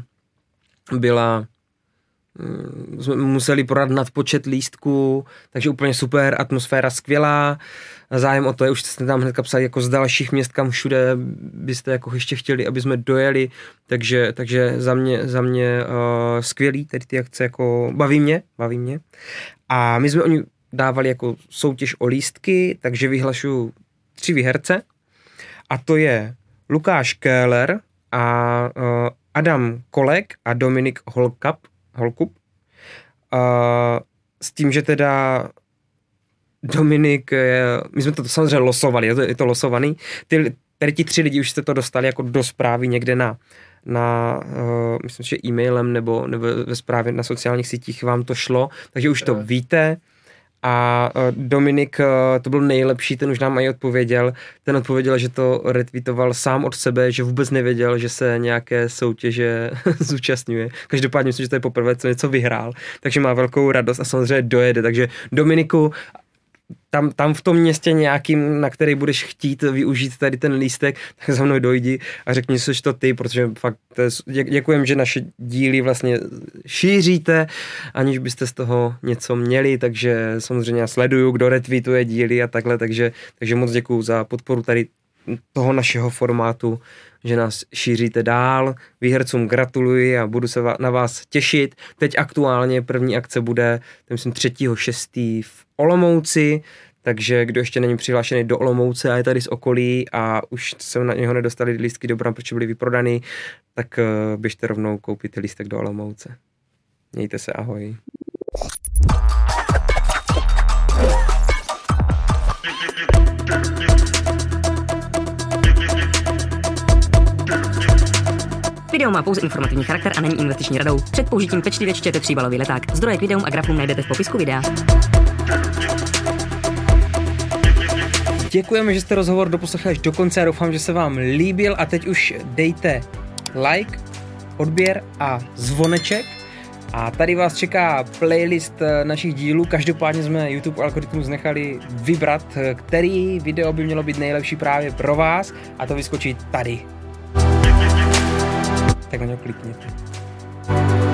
jsme museli prodat nadpočet lístků, takže úplně super, atmosféra skvělá, zájem o to je, už jste tam hnedka psali jako z dalších měst, kam všude byste jako ještě chtěli, aby jsme dojeli, takže za mě skvělý, tady ty akce jako baví mě. A my jsme oni dávali jako soutěž o lístky, takže vyhlašuju 3 výherce a to je Lukáš Köhler a Adam Kolek a Dominik Holkup. S tím, že teda Dominik, my jsme to samozřejmě losovali, je to losovaný. Tady ti 3 lidi už jste to dostali jako do zprávy někde na myslím, že e-mailem nebo ve zprávě na sociálních sítích vám to šlo, takže už to víte. A Dominik, to byl nejlepší, ten už nám i odpověděl. Ten odpověděl, že to retweetoval sám od sebe, že vůbec nevěděl, že se nějaké soutěže zúčastňuje. Každopádně myslím, že to je poprvé, co něco vyhrál, takže má velkou radost a samozřejmě dojede. Takže Dominiku, tam v tom městě nějakým, na který budeš chtít využít tady ten lístek, tak za mnou dojdi a řekni, že jsi to ty, protože fakt děkujem, že naše díly vlastně šíříte, aniž byste z toho něco měli, takže samozřejmě já sleduju, kdo retweetuje díly a takhle, takže moc děkuju za podporu tady toho našeho formátu, že nás šíříte dál. Výhercům gratuluji a budu se na vás těšit. Teď aktuálně první akce bude, myslím, 3.6. v Olomouci, takže kdo ještě není přihlášený do Olomouce a je tady z okolí a už se na něho nedostali lístky do Bram, protože byly vyprodaný, tak běžte rovnou koupit lístek do Olomouce. Mějte se, ahoj. Video má pouze informativní charakter a není investiční radou. Před použitím pečlivě čtěte 3balový leták. Zdroje k videům a grafům najdete v popisku videa. děkujeme, že jste rozhovor doposlechli až do konce a doufám, že se vám líbil a teď už dejte like, odběr a zvoneček. A tady vás čeká playlist našich dílů, každopádně jsme YouTube algoritmus nechali vybrat, který video by mělo být nejlepší právě pro vás a to vyskočí tady. Tak na něj klikněte.